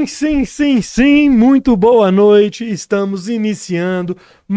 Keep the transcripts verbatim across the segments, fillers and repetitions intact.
Sim, sim, sim, sim, muito boa noite. Estamos iniciando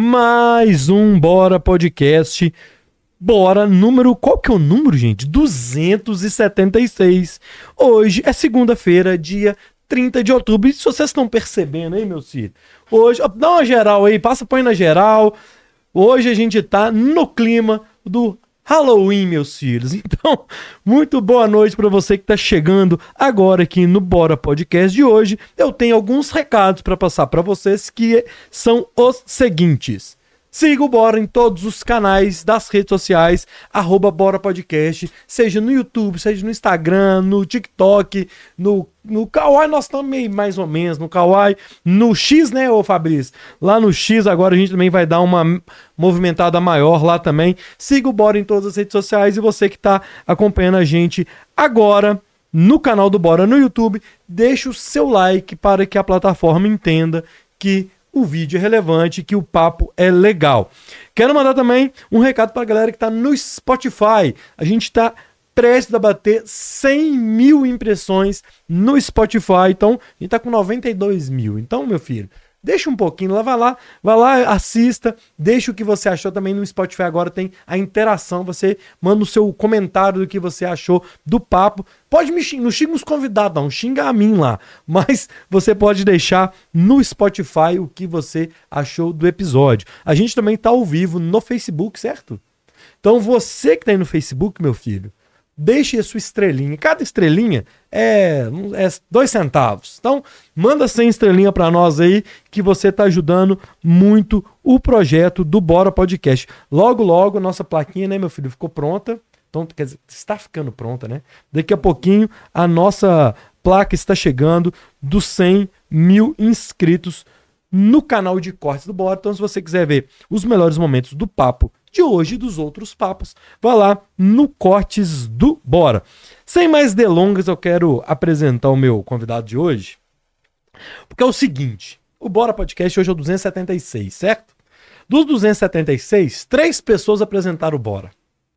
mais um Bora Podcast. Bora, número... Qual que é o número, gente? duzentos e setenta e seis. Hoje é segunda-feira, dia trinta de outubro. E se vocês estão percebendo aí, meus filhos, hoje... Dá uma geral aí, passa, põe na geral. Hoje a gente tá no clima do Halloween, meus filhos. Então, muito boa noite para você que está chegando agora aqui no Bora Podcast de hoje. Eu tenho alguns recados para passar para vocês que são os seguintes. Siga o Bora em todos os canais das redes sociais, arroba Bora Podcast, seja no YouTube, seja no Instagram, no TikTok, no, no Kawaii, nós estamos meio mais ou menos no Kawaii, no X, né, ô Fabrício? Lá no X agora a gente também vai dar uma movimentada maior lá também. Siga o Bora em todas as redes sociais e você que está acompanhando a gente agora no canal do Bora no YouTube, deixa o seu like para que a plataforma entenda que o vídeo é relevante, que o papo é legal. Quero mandar também um recado para a galera que está no Spotify. A gente está prestes a bater cem mil impressões no Spotify. Então, a gente está com noventa e dois mil. Então, meu filho, deixa um pouquinho lá, vai lá, vai lá, assista, deixa o que você achou também no Spotify. Agora tem a interação, você manda o seu comentário do que você achou do papo. Pode me xingar, não xinga os convidados não, xinga a mim lá, mas você pode deixar no Spotify o que você achou do episódio. A gente também tá ao vivo no Facebook, certo? Então você que tá aí no Facebook, meu filho, deixe a sua estrelinha. Cada estrelinha é, é dois centavos. Então, manda cem estrelinha para nós aí, que você tá ajudando muito o projeto do Bora Podcast. Logo, logo, a nossa plaquinha, né, meu filho, ficou pronta. Então, quer dizer, está ficando pronta, né? Daqui a pouquinho, a nossa placa está chegando dos cem mil inscritos no canal de cortes do Bora. Então, se você quiser ver os melhores momentos do papo de hoje e dos outros papos, vá lá no Cortes do Bora. Sem mais delongas, eu quero apresentar o meu convidado de hoje, porque é o seguinte, o Bora Podcast hoje é o duzentos e setenta e seis, certo? Dos duzentos e setenta e seis, três pessoas apresentaram o Bora.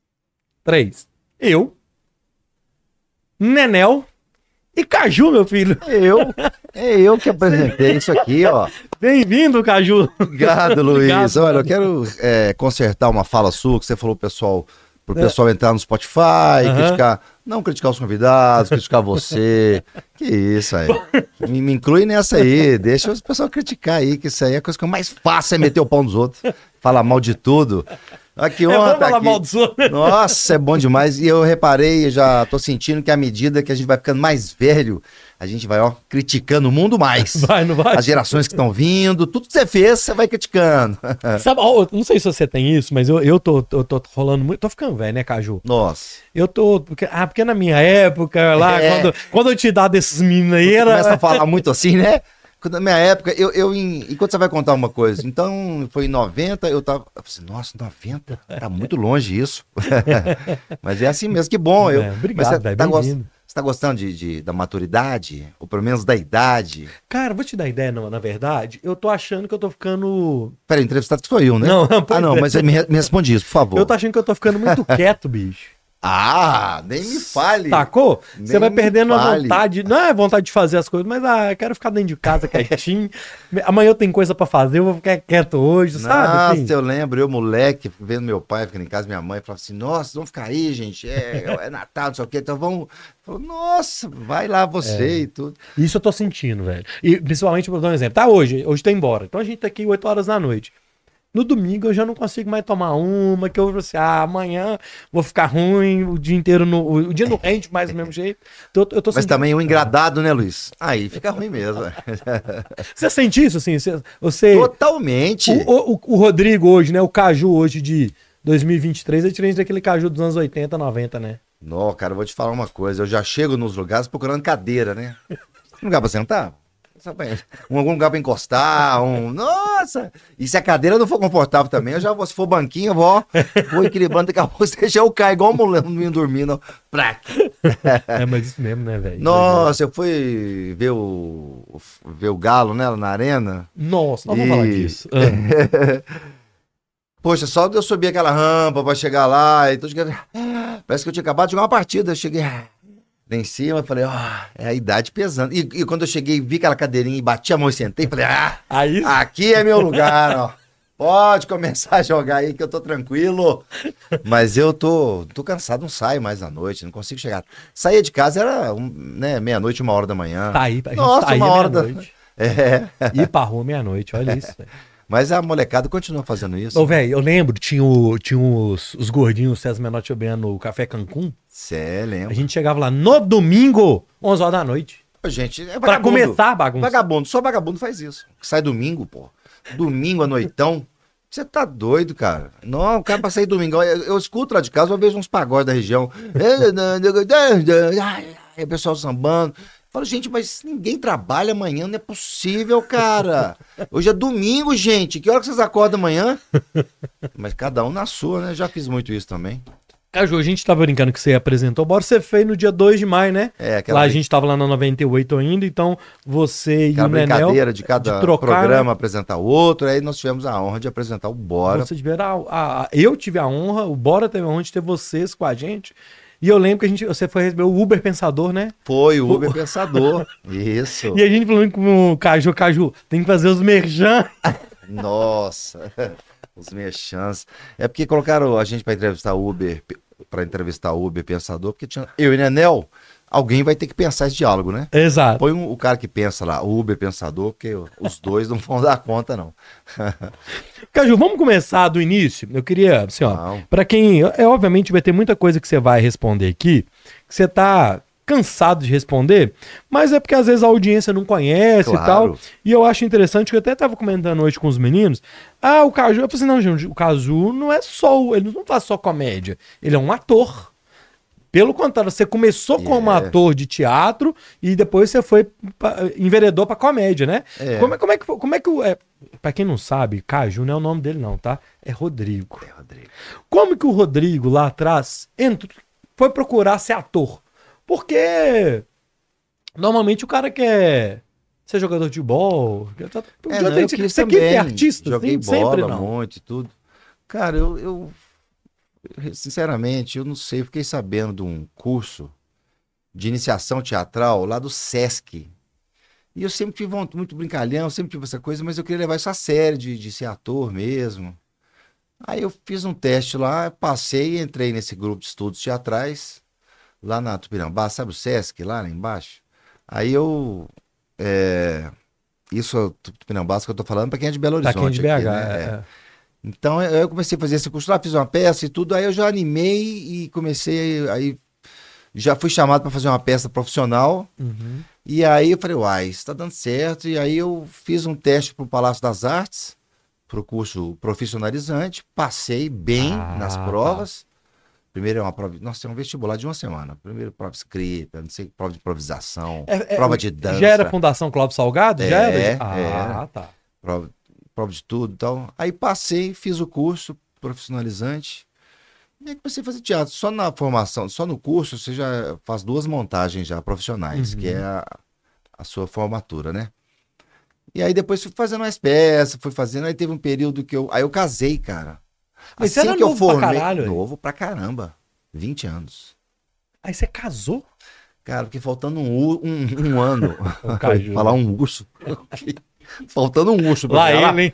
Três. Eu, Nenel e Caju, meu filho. Eu, é eu que apresentei isso aqui, ó. Bem-vindo, Caju. Obrigado, Luiz. Obrigado, Olha, cara. eu quero é, consertar uma fala sua que você falou pro pessoal, pro pessoal entrar no Spotify, Uhum. criticar, não criticar os convidados, criticar você. Que isso aí. Me, me inclui nessa aí, deixa o pessoal criticar aí, que isso aí é a coisa que eu mais faço, é meter o pau nos outros, falar mal de tudo. Aqui, É honra bom tá falar aqui. mal dos outros. Nossa, é bom demais. E eu reparei, eu já tô sentindo que à medida que a gente vai ficando mais velho, a gente vai, ó, criticando o mundo mais. Vai, não vai? As gerações que estão vindo, tudo que você fez, você vai criticando. Sabe, ó, não sei se você tem isso, mas eu, eu, tô, eu tô rolando muito. Tô ficando velho, né, Caju? Nossa. Eu tô. Porque, ah, porque na minha época, lá, É. quando, quando eu te dar desses meninos aí, era. Começa a falar muito assim, né? Quando, na minha época, eu, eu em, enquanto você vai contar uma coisa, então foi em noventa, eu tava, eu falei, nossa, noventa? Tá muito longe isso. Mas é assim mesmo, que bom. Eu, É, mas obrigado, você velho. tá, gost- Bem-vindo. você tá gostando de, de- da maturidade? Ou pelo menos da idade? Cara, vou te dar ideia, não, na verdade, eu tô achando que eu tô ficando. Peraí, entrevistado que sou eu, né? Não, não, pois ah, não, é. mas me, re- me responde isso, por favor. Eu tô achando que eu tô ficando muito quieto, bicho. Ah, nem me fale. Sacou? Você Nem vai me perdendo a fale. vontade. Não é vontade de fazer as coisas, mas ah, eu quero ficar dentro de casa quietinho. Amanhã eu tenho coisa pra fazer, eu vou ficar quieto hoje, sabe? Nossa, assim? eu lembro, eu moleque, vendo meu pai ficando em casa, minha mãe, falava assim, nossa, vamos ficar aí, gente, é, é Natal, não sei o quê, então vamos... Falou, nossa, vai lá você É. e tudo. Isso eu tô sentindo, velho. E principalmente, vou dar um exemplo. Tá hoje, hoje tá embora. Então a gente tá aqui oito horas da noite. No domingo eu já não consigo mais tomar uma, que eu vou assim, ah, amanhã vou ficar ruim, o dia inteiro, no, o dia não rende mais do mesmo jeito. Então, eu tô Mas sentindo- também o engradado, né, Luiz? Aí fica ruim mesmo. Você sente isso, assim? Você... você... Totalmente. O, o, o Rodrigo hoje, né? O Caju hoje de dois mil e vinte e três é diferente daquele Caju dos anos oitenta, noventa, né? Não, cara, eu vou te falar uma coisa, eu já chego nos lugares procurando cadeira, né? Um lugar pra sentar? Um, algum lugar pra encostar, um... Nossa! E se a cadeira não for confortável também, eu já vou, se for banquinho, eu vou, vou equilibrando, daqui a pouco você já eu caio igual um menino dormindo. Prac. É, mas isso mesmo, né, velho? Nossa, eu fui ver o, o- ver o Galo, né, lá na arena. Nossa, nós vamos E- falar disso. Ah. Poxa, só de eu subir aquela rampa pra chegar lá, e tô chegando... Parece que eu tinha acabado de jogar uma partida, eu cheguei... lá em cima, eu falei, ó, é a idade pesando. E, e quando eu cheguei, vi aquela cadeirinha e bati a mão e sentei, falei, ah, Aí... aqui é meu lugar, ó. Pode começar a jogar aí que eu tô tranquilo. Mas eu tô, tô cansado, não saio mais à noite, não consigo chegar. Saía de casa, era um, né, meia-noite, uma hora da manhã. Tá aí, a gente Nossa, saía uma hora da... meia-noite. É. Ir pra rua meia-noite, olha isso, velho. Mas a molecada continua fazendo isso. Ô, velho, eu lembro, tinha, o, tinha os, os gordinhos, César Menotti bebendo o Café Cancún. Cê lembra. A gente chegava lá no domingo, onze horas da noite. Ô, gente, é Pra vagabundo. começar a bagunça. Vagabundo, só vagabundo faz isso. Sai domingo, pô. Domingo à noitão. Você tá doido, cara. Não, o cara pra sair domingo. Eu, eu escuto lá de casa, eu vejo uns pagodes da região. Aí o pessoal sambando. Falo, gente, mas ninguém trabalha amanhã, não é possível, cara. Hoje é domingo, gente. Que hora que vocês acordam amanhã? Mas cada um na sua, né? Já fiz muito isso também. Caju, a gente tava brincando que você apresentou, bora você fez no dia dois de maio, né? É, aquela Lá a brin- gente tava lá na noventa e oito ainda, então você e aquela o Nenel... brincadeira de cada de trocar, programa né? apresentar o outro. Aí nós tivemos a honra de apresentar o Bora. Você tiveram a, a- a- eu tive a honra, o Bora teve a honra de ter vocês com a gente. E eu lembro que a gente, você foi receber o Uber Pensador, né? Foi o Uber Pensador. Isso. E a gente falando com o Caju, Caju, tem que fazer os merchan. Nossa, os merchans. É porque colocaram a gente para entrevistar o Uber, para entrevistar o Uber Pensador, porque tinha eu e Nenel, alguém vai ter que pensar esse diálogo, né? Exato. Põe um- o cara que pensa lá, o Uber Pensador, porque os dois não vão dar conta, não. Caju, vamos começar do início? Eu queria, assim, ó, Não. pra quem, é obviamente vai ter muita coisa que você vai responder aqui, que você tá cansado de responder, mas é porque às vezes a audiência não conhece Claro. e tal, e eu acho interessante, que eu até tava comentando hoje com os meninos, ah, o Caju, eu falei assim, não, gente, o Caju não é só, o- ele não faz só comédia, ele é um ator. Pelo contrário, você começou como É. ator de teatro e depois você foi pra, enveredou pra comédia, né? É. Como, é- como é que foi- como é que o é, para quem não sabe, Caju não é o nome dele não, tá? É Rodrigo. É, Rodrigo. Como que o Rodrigo lá atrás entrou, foi procurar ser ator? Porque normalmente o cara quer ser jogador de futebol, já tá- É, já não, tem- eu quis você quer também. ser artista, Joguei assim? bola Sempre não. muito e tudo. Cara, eu, eu, sinceramente, eu não sei, eu fiquei sabendo de um curso de iniciação teatral lá do Sesc. E eu sempre tive vontade, muito brincalhão, sempre tive essa coisa, mas eu queria levar isso a sério, de, de ser ator mesmo. Aí eu fiz um teste lá, passei e entrei nesse grupo de estudos teatrais, lá na Tupinambá, sabe o Sesc, lá, lá embaixo? Aí eu... é, isso, é o Tupinambá, que eu tô falando, para quem é de Belo Pra Horizonte. quem é de B H, aqui, né? é, É. é. Então eu eu comecei a fazer esse curso lá, fiz uma peça e tudo, aí eu já animei e comecei, aí já fui chamado para fazer uma peça profissional, Uhum. e aí eu falei, uai, isso tá dando certo, e aí eu fiz um teste pro Palácio das Artes, pro curso profissionalizante, passei bem Ah, nas tá. provas. Primeiro é uma prova, nossa, é um vestibular de uma semana. Primeiro prova escrita, não sei, prova de improvisação, É- é- prova de dança. Já era Fundação Cláudio Salgado? Já É, era? Ah, era. tá. prova, prova de tudo e tal. Aí passei, fiz o curso profissionalizante. E aí comecei a fazer teatro. Só na formação, só no curso, você já faz duas montagens já profissionais, Uhum. que é a, a sua formatura, né? E aí depois fui fazendo mais peças, fui fazendo, aí teve um período que eu... Aí eu casei, cara. Mas você assim era que eu novo pra formei... caralho, hein? novo pra caramba. vinte anos. Aí você casou? Cara, porque faltando um, u- um, um ano... O Caju. falar um urso. Faltando um urso pra Lá chegar ele, hein?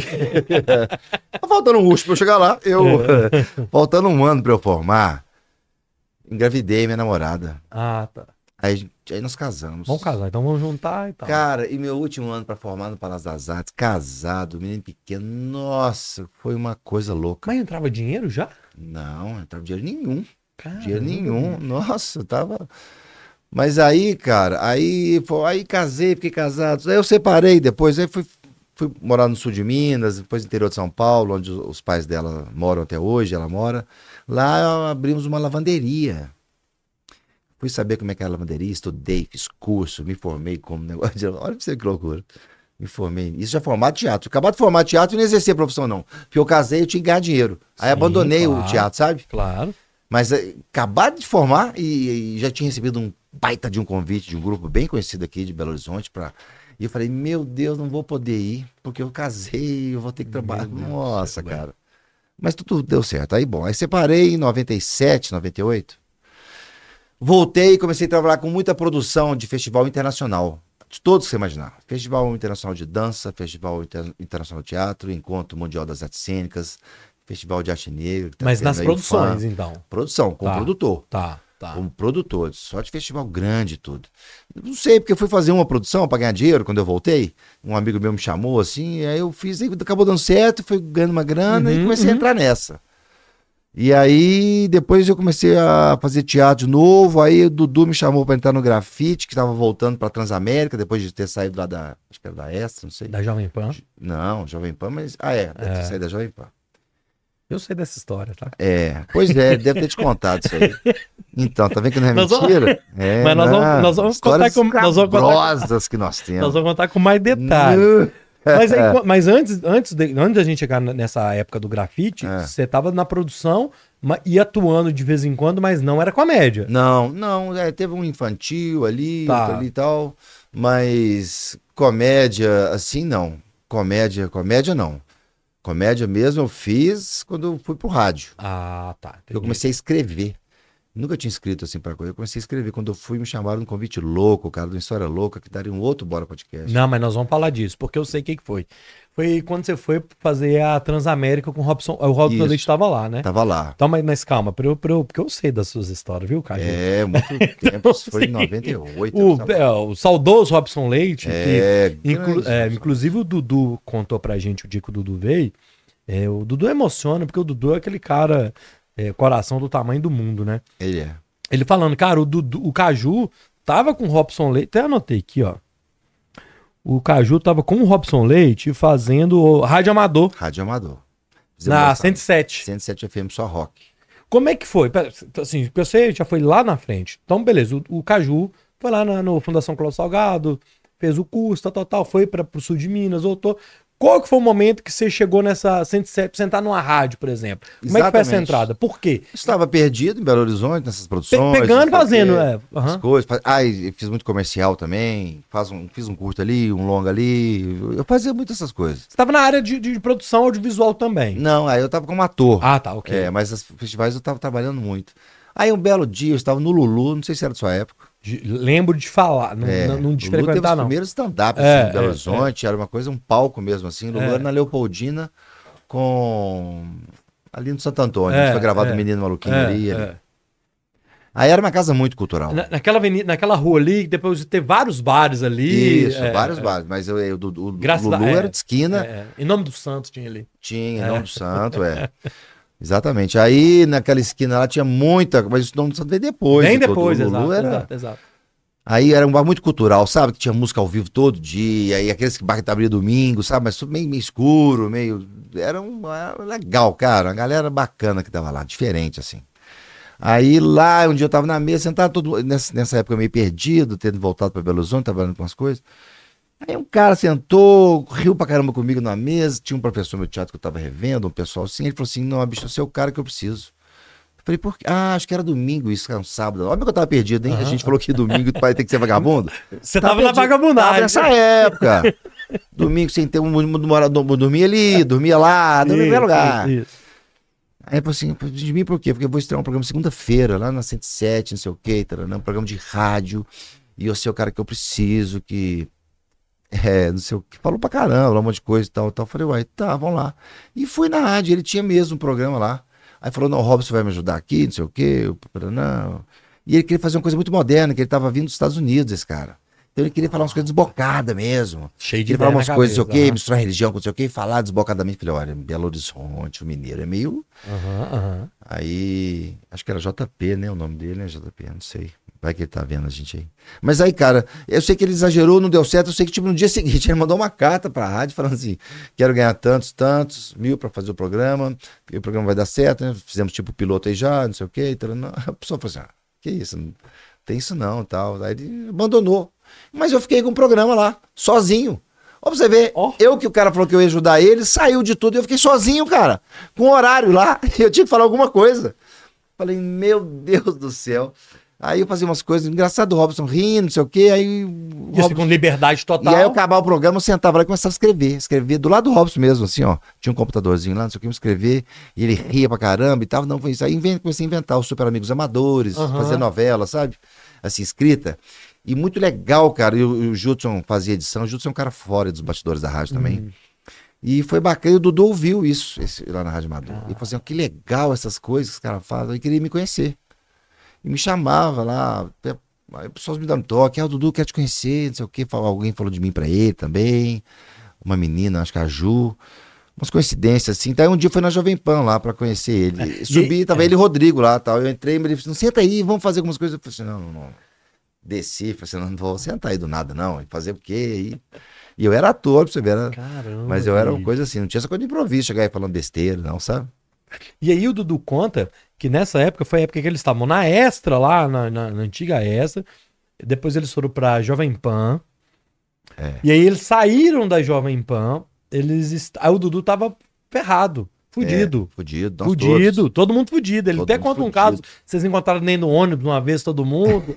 Tá faltando um urso pra eu chegar lá. Eu, faltando um ano pra eu formar, engravidei minha namorada. Ah, tá. Aí, aí nós casamos. Vamos casar, então vamos juntar e tal. Cara, e meu último ano pra formar no Palácio das Artes, casado, menino pequeno, nossa, foi uma coisa louca. Mas entrava dinheiro já? Não, não entrava dinheiro nenhum. Caramba. Dinheiro nenhum. Nossa, eu tava. Mas aí, cara, aí, pô, aí casei, fiquei casado. Aí eu separei depois, aí fui, fui morar no sul de Minas, depois no interior de São Paulo, onde os os pais dela moram até hoje, ela mora. Lá abrimos uma lavanderia. Fui saber como é que era a lavanderia, estudei, fiz curso, me formei como negócio de... Olha pra você que loucura. Me formei. Isso já formado teatro. Acabado de formar teatro e não exercer a profissão, não. Porque eu casei, eu tinha que ganhar dinheiro. Aí Sim, abandonei claro. o teatro, sabe? Claro. Mas eh, acabado de formar e, e já tinha recebido um baita de um convite de um grupo bem conhecido aqui de Belo Horizonte para e eu falei, meu Deus, não vou poder ir porque eu casei, eu vou ter que trabalhar. Meu Deus, Nossa, Deus. cara. Mas tudo deu certo. Aí, bom, aí separei em noventa e sete, noventa e oito. Voltei e comecei a trabalhar com muita produção de festival internacional. De todos que você imaginar. Festival Internacional de Dança, Festival Inter... Internacional de Teatro, Encontro Mundial das Artes Cênicas, Festival de Arte Negra. Tá Mas nas produções, fã. Então? Produção, com tá. produtor. Tá, tá. Como produtor, só de festival grande e tudo. Não sei, porque eu fui fazer uma produção para ganhar dinheiro quando eu voltei. Um amigo meu me chamou assim, aí eu fiz, aí acabou dando certo, fui ganhando uma grana uhum, e comecei uhum. a entrar nessa. E aí, depois eu comecei a fazer teatro de novo, aí o Dudu me chamou para entrar no Grafite, que estava voltando para Transamérica, depois de ter saído lá da, acho que era da Extra, não sei. Da Jovem Pan? Não, Jovem Pan, mas, ah é, deve ter é. saído da Jovem Pan. Eu sei dessa história, tá? É, pois é, deve ter te contado isso aí. Então, tá vendo que não é nós mentira? Vamos... É, mas nós, não, vamos, nós vamos contar com... Nós vamos contar com... que nós temos. Nós vamos contar com mais detalhes. Mas, aí, mas antes, antes, de, antes da gente chegar nessa época do grafite, é. você tava na produção e atuando de vez em quando, mas não era comédia. Não, não, é, teve um infantil ali, tá. ali e tal, mas comédia, assim, não. Comédia, comédia não. Comédia mesmo eu fiz quando eu fui pro rádio. Ah, tá. Entendi. Eu comecei a escrever. Nunca tinha escrito assim pra coisa. Eu comecei a escrever. Quando eu fui, me chamaram de um convite louco, cara, de uma história louca, que daria um outro Bora Podcast. Não, mas nós vamos falar disso, porque eu sei o que, que foi. Foi quando você foi fazer a Transamérica com o Robson. O Robson Leite estava lá, né? Tava lá. Então, mas, mas calma, pra eu, pra eu, porque eu sei das suas histórias, viu, cara? É, muito tempo. Isso foi em noventa e oito. O, é, o saudoso Robson Leite. É, que, inclu, é, inclusive o Dudu contou pra gente o dia que o Dudu veio. É, o Dudu emociona, porque o Dudu é aquele cara, é, coração do tamanho do mundo, né? Ele é. Ele falando, cara, o, Dudu, o Caju tava com o Robson Leite, até anotei aqui, ó. O Caju tava com o Robson Leite fazendo rádio amador. Rádio amador. Fizemos na cento e sete. cento e sete F M, só rock. Como é que foi? Assim, você já foi lá na frente. Então, beleza, o, o Caju foi lá na no Fundação Cláudio Salgado, fez o curso, tal, tal, tal, foi para pro sul de Minas, voltou. Qual que foi o momento que você chegou nessa cento e sete, sentar numa rádio, por exemplo? Como Exatamente. é que foi essa entrada? Por quê? Eu estava perdido em Belo Horizonte, nessas produções. Pe pegando e fazendo, é. Uhum. As coisas. Ah, eu fiz muito comercial também. Faz um, fiz um curto ali, um longo ali. Eu fazia muito essas coisas. Você estava na área de, de produção audiovisual também? Não, aí eu estava como ator. Ah, tá, ok. É, mas os festivais eu estava trabalhando muito. Aí um belo dia eu estava no Lulu, não sei se era da sua época. De, lembro de falar, não, é, não, não de Lulu frequentar, teve não. os primeiros stand-up é, assim, em Belo é, Horizonte, é. era uma coisa, um palco mesmo assim. Lulu é. era na Leopoldina com... ali no Santo Antônio, é, foi gravado o é, Menino Maluquinho é, ali. ali. É. Aí era uma casa muito cultural. Na, naquela, avenida, naquela rua ali, depois de ter vários bares ali. Isso, é, vários é. bares. Mas eu, eu, o, o Graças Lulu a, era de esquina. É, é. Em nome do Santo tinha ali. Tinha, em nome do Santo, é. Exatamente. Aí naquela esquina lá tinha muita, mas isso não veio depois. Bem depois, Lulu exato, era... exato, exato. Aí era um bar muito cultural, sabe? Que tinha música ao vivo todo dia, e aqueles que bar que abria domingo, sabe? Mas tudo meio, meio escuro, meio... Era, um, era legal, cara. Uma galera bacana que tava lá, diferente, assim. Aí lá, um dia eu tava na mesa, sentado todo... Nessa, nessa época meio perdido, tendo voltado pra Belo Horizonte, trabalhando com as coisas. Aí um cara sentou, riu pra caramba comigo na mesa, tinha um professor no meu teatro que eu tava revendo, um pessoal assim, ele falou assim, não, bicho, você é o cara que eu preciso. Falei, por quê? Ah, acho que era domingo isso, era um sábado. Olha que eu tava perdido, hein? Uhum. A gente falou que domingo tu vai ter que ser vagabundo. Você tava, tava na vagabundagem. Tava nessa época. Domingo sem ter um dormia ali, dormia lá, dormia em qualquer lugar. Isso. Aí eu falei assim, de mim por quê? Porque eu vou estrear um programa segunda-feira, lá na cento e sete, não sei o quê, um programa de rádio, e eu sei o cara que eu preciso, que... É, não sei o que, falou pra caramba, um monte de coisa e tal, tal. Falei, uai, tá, vamos lá. E fui na rádio, ele tinha mesmo um programa lá. Aí falou, não, o Robson vai me ajudar aqui, não sei o quê. Não. E ele queria fazer uma coisa muito moderna, que ele tava vindo dos Estados Unidos, esse cara. Então ele queria falar umas coisas desbocadas mesmo. Cheio de ideia falar umas coisas, não sei o quê, uhum. misturar religião com não sei o quê, e falar desbocadamente. Falei, olha, Belo Horizonte, o mineiro é meio... Uhum, uhum. Aí, acho que era J P, né, o nome dele, né, J P, não sei. Vai que ele tá vendo a gente aí. Mas aí, cara, eu sei que ele exagerou, não deu certo. Eu sei que, tipo, no dia seguinte, ele mandou uma carta pra rádio falando assim: quero ganhar tantos, tantos mil pra fazer o programa. E o programa vai dar certo, né? Fizemos tipo piloto aí já, não sei o quê. Então, não. A pessoa falou assim: ah, que isso? Não tem isso não, tal. Aí ele abandonou. Mas eu fiquei com o programa lá, sozinho. Ó, pra você ver, oh. eu que o cara falou que eu ia ajudar ele, saiu de tudo e eu fiquei sozinho, cara. Com horário lá. Eu tinha que falar alguma coisa. Falei, meu Deus do céu. Aí eu fazia umas coisas engraçadas, o Robson rindo, não sei o quê, aí... o E assim, Robson- com liberdade total. E aí eu acabava o programa, eu sentava lá e começava a escrever. Escrever do lado do Robson mesmo, assim, ó. Tinha um computadorzinho lá, não sei o que, eu escrever. E ele ria pra caramba e tal. Não, foi isso. Aí inven- comecei a inventar os Super Amigos Amadores, Aham. fazer novela, sabe? Assim, escrita. E muito legal, cara. E o, e o Judson fazia edição. O Judson é um cara fora dos bastidores da rádio também. Hum. E foi bacana. E o Dudu ouviu isso esse, lá na Rádio Amador. Ah. E falou assim, ó, que legal essas coisas que os caras fazem. E queria me conhecer. E me chamava lá. Aí pessoas me dando toque, ah, o Dudu quer te conhecer, não sei o quê. Falou- Alguém falou de mim pra ele também. Uma menina, acho que a Ju. Umas coincidências, assim. Daí um dia eu fui na Jovem Pan lá pra conhecer ele. Subi, tava é. ele e o Rodrigo lá tal. Eu entrei, ele disse, não, senta aí, vamos fazer algumas coisas. Eu falei assim, não, não, não. Desci, falei assim, não, não vou sentar aí do nada, não. Fazer o quê? E, e eu era ator, pra você ver. Era... Caramba. Mas eu era uma bicho. coisa assim, não tinha essa coisa de improviso, chegar aí falando besteira, não, sabe? E aí o Dudu conta que nessa época foi a época que eles estavam na Extra lá, na, na- na antiga Extra. Depois eles foram pra Jovem Pan. É. E aí eles saíram da Jovem Pan. Eles est... Aí o Dudu tava ferrado, fudido. É, fudido, nós Fudido, todos. todo mundo fudido. Ele Todo até mundo conta um fudido. caso, vocês encontraram dentro do ônibus uma vez, todo mundo.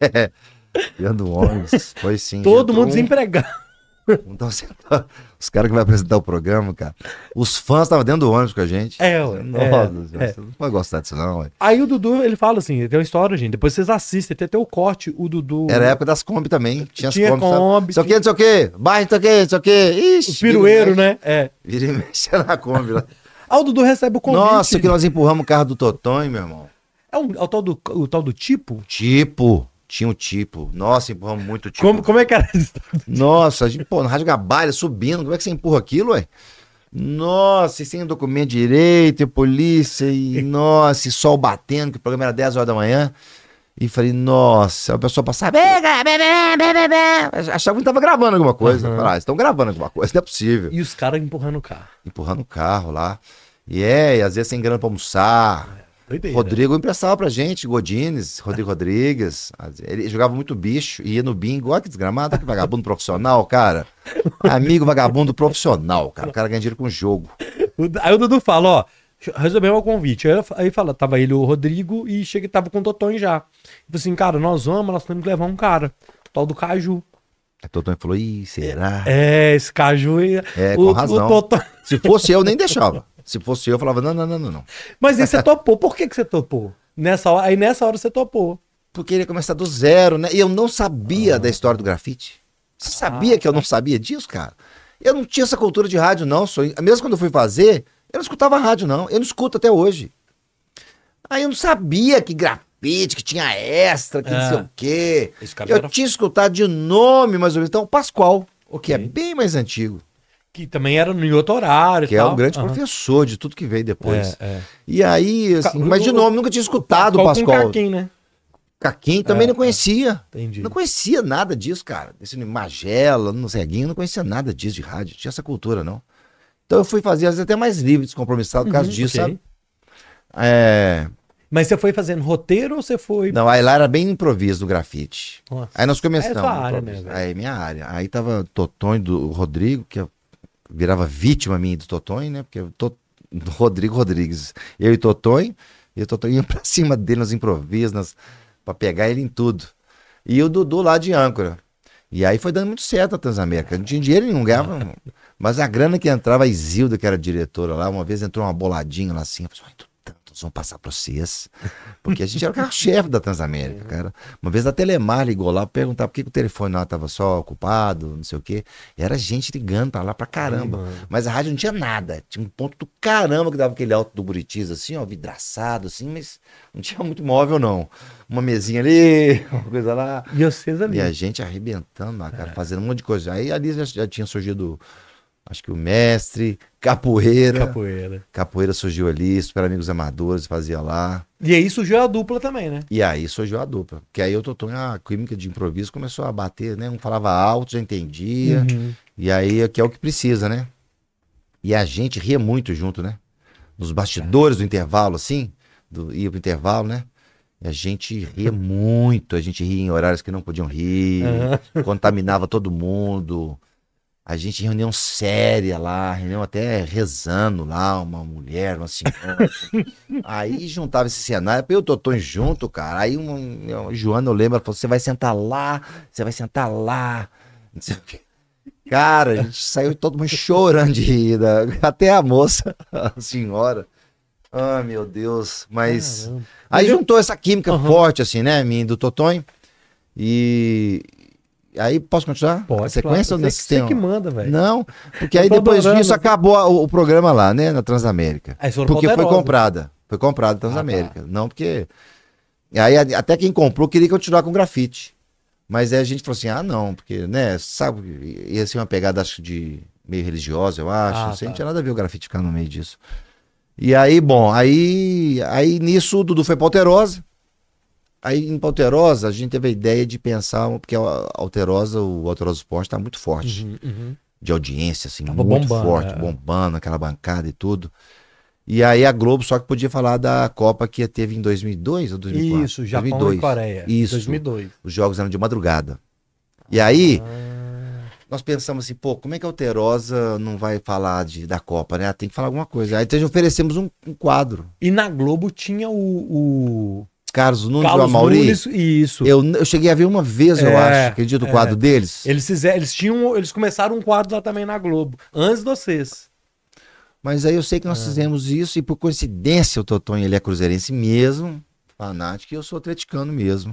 Dentro do ônibus, foi sim. todo Entrou mundo um- desempregado. Então, você tá- os caras que vão apresentar o programa, cara, os fãs estavam dentro do ônibus com a gente. É, ué, Nossa, é, é. você não pode gostar disso não, ué. Aí o Dudu, ele fala assim, tem uma história, gente, depois vocês assistem, tem até o corte, o Dudu... Era a época das Kombi também, tinha as Tinha Kombi, sabe? Kombi, Não sei o que, não sei o que, bairro, não sei o que, não sei o que, ixi. O pirueiro, vira e né? É. mexe- Vira e mexe na Kombi lá. Aí o Dudu recebe o convite. Nossa, que nós empurramos o carro do Totonho, meu irmão. É, um- é o, tal do, o tal do tipo? Tipo, tinha um tipo. Nossa, empurramos muito o tipo. Como, como é que era isso? Nossa, a gente, pô, na Rádio Gabalha, subindo, como é que você empurra aquilo, ué? Nossa, e sem documento direito, e polícia, e nossa, e sol batendo, que o programa era dez horas da manhã. E falei, nossa, a pessoa passava, "Bega, bebe, bebe, bebe." Achava que tava gravando alguma coisa. Aham. Falei, ah, estão gravando alguma coisa, não é possível. E os caras empurrando o carro. Empurrando o carro lá. E é, e às vezes sem grana pra almoçar. Doideira. Rodrigo emprestava pra gente, Godines, Rodrigo Rodrigues. Ele jogava muito bicho, ia no bingo. Olha que desgramado, que vagabundo profissional, cara. Amigo vagabundo profissional, cara. O cara ganha dinheiro com jogo. O- Aí o Dudu fala, ó, resolvemos o convite. Aí, eu- aí fala, tava ele e o Rodrigo e chega tava com o Totonho já. Ele falou assim, cara, nós vamos, nós temos que levar um cara. O tal do Caju. Aí Totonho falou, ih, será? É, esse Caju... e- É, o, com razão. O Totonho... Se fosse eu, nem deixava. Se fosse eu, eu falava, não, não, não, não, não. Mas aí você topou. Por que que você topou? Nessa hora, aí nessa hora você topou. Porque ele ia começar do zero, né? E eu não sabia da história do grafite. Você sabia que eu não sabia disso, cara? Eu não tinha essa cultura de rádio, não. Sou... Mesmo quando eu fui fazer, eu não escutava rádio, não. Eu não escuto até hoje. Aí eu não sabia que grafite, que tinha extra, que não sei É. o quê. Esse cara Eu era- tinha escutado de nome, mais ou menos. Então, Pascoal, que é Ok. bem mais antigo. Que também era no outro horário Que e é tal. um grande Aham. professor de tudo que veio depois. É, é. E aí, assim, Ca- mas de o- nome, nunca tinha escutado o Pascoal com Pascoal. Caquim, né? Caquim também É, não conhecia. Entendi. Não conhecia nada disso, cara. Esse Magela, no Ceguinho, não conhecia nada disso de rádio. Tinha essa cultura, não. Então eu fui fazer, às vezes, até mais livre, descompromissado por causa Uhum, disso, ok. sabe? É... Mas você foi fazendo roteiro ou você foi... Não, aí lá era bem improviso do grafite. Nossa. Aí nós começamos. É sua área, né, improviso. velho? Aí minha área. Aí tava Totonho do Rodrigo, que eu virava vítima minha do Totonho, né? Porque eu tô do Rodrigo Rodrigues. Eu e Totonho, e o Totonho ia pra cima dele nos improvisos, nas... pra pegar ele em tudo. E o Dudu lá de âncora. E aí foi dando muito certo a Transamérica. Não tinha dinheiro nenhum, ganhava. Mas a grana que entrava, a Isilda, que era diretora lá, uma vez entrou uma boladinha lá assim. Eu falei, ai, tô tanto, nós vamos passar pra vocês. Porque a gente era o carro-chefe da Transamérica, cara. Uma vez a Telemar ligou lá pra perguntar por que, que o telefone lá tava só ocupado, não sei o quê. E era gente ligando pra lá pra caramba. Ai, mano. Mas a rádio não tinha nada. Tinha um ponto do caramba que dava aquele alto do Buritis, assim, ó, vidraçado, assim, mas não tinha muito móvel, não. Uma mesinha ali, uma coisa lá. E vocês ali. E a gente arrebentando lá, cara, fazendo um monte de coisa. Aí ali já, já tinha surgido, acho que o mestre, capoeira. Capoeira. Capoeira surgiu ali, Super Amigos Amadores fazia lá. E aí surgiu a dupla também, né? E aí surgiu a dupla. Que aí o Totonho, a química de improviso começou a bater, né? Um falava alto, já entendia. Uhum. E aí, que é o que precisa, né? E a gente ria muito junto, né? Nos bastidores do intervalo, assim, do, ia pro intervalo, né? E a gente ria muito, a gente ria em horários que não podiam rir, Aham. contaminava todo mundo. A gente em reunião séria lá, reunião até rezando lá, uma mulher, uma senhora. Aí juntava esse cenário, eu e o Totonho junto, cara. Aí uma, uma Joana, eu lembro, ela falou, você vai sentar lá, você vai sentar lá. Não sei o quê. Cara, a gente saiu todo mundo chorando de rir, né? Até a moça, a senhora. Ah, meu Deus. Mas Caramba. aí Mas eu- juntou essa química Aham. forte, assim, né, minha e do Totonho. E aí, posso continuar? Pode, A sequência claro. ou Você, você que manda, velho. Não, porque Eu aí tô depois adorando. disso acabou a- o, o programa lá, né, na Transamérica. Aí foram Porque pra foi Alterosa. comprada. Foi comprada a Transamérica. Ah, Não, porque. Aí a- até quem comprou queria continuar com grafite. Mas aí a gente falou assim: ah, não, porque, né, sabe, ia ser uma pegada, acho, de meio religiosa, eu acho. Ah, Não sei, tá. não tinha nada a ver o grafite ficar no meio disso. E aí, bom, aí, aí nisso o Dudu foi pra Alterosa. Aí em Alterosa a gente teve a ideia de pensar, porque a Alterosa, o Alterosa Esporte tá muito forte. Uhum, uhum. De audiência, assim, Tava muito bombando, forte, é. bombando, aquela bancada e tudo. E aí a Globo só que podia falar da Copa que teve em dois mil e dois ou dois mil e quatro? Isso, Japão dois mil e dois. e Coreia. Isso. dois mil e dois. Os jogos eram de madrugada. E aí, Ah, nós pensamos assim, pô, como é que a Alterosa não vai falar de, da Copa, né? Tem que falar alguma coisa. Aí então oferecemos um, um quadro. E na Globo tinha o, o Carlos Nunes e o Carlos Amauri. Nunes e isso. Eu, eu cheguei a ver uma vez, eu É, acho, acredito, o é. quadro deles. Eles fizeram, eles tinham, eles começaram um quadro lá também na Globo, antes de vocês. Mas aí eu sei que nós É. fizemos isso e por coincidência o Totonho, ele é cruzeirense mesmo, fanático, e eu sou atleticano mesmo.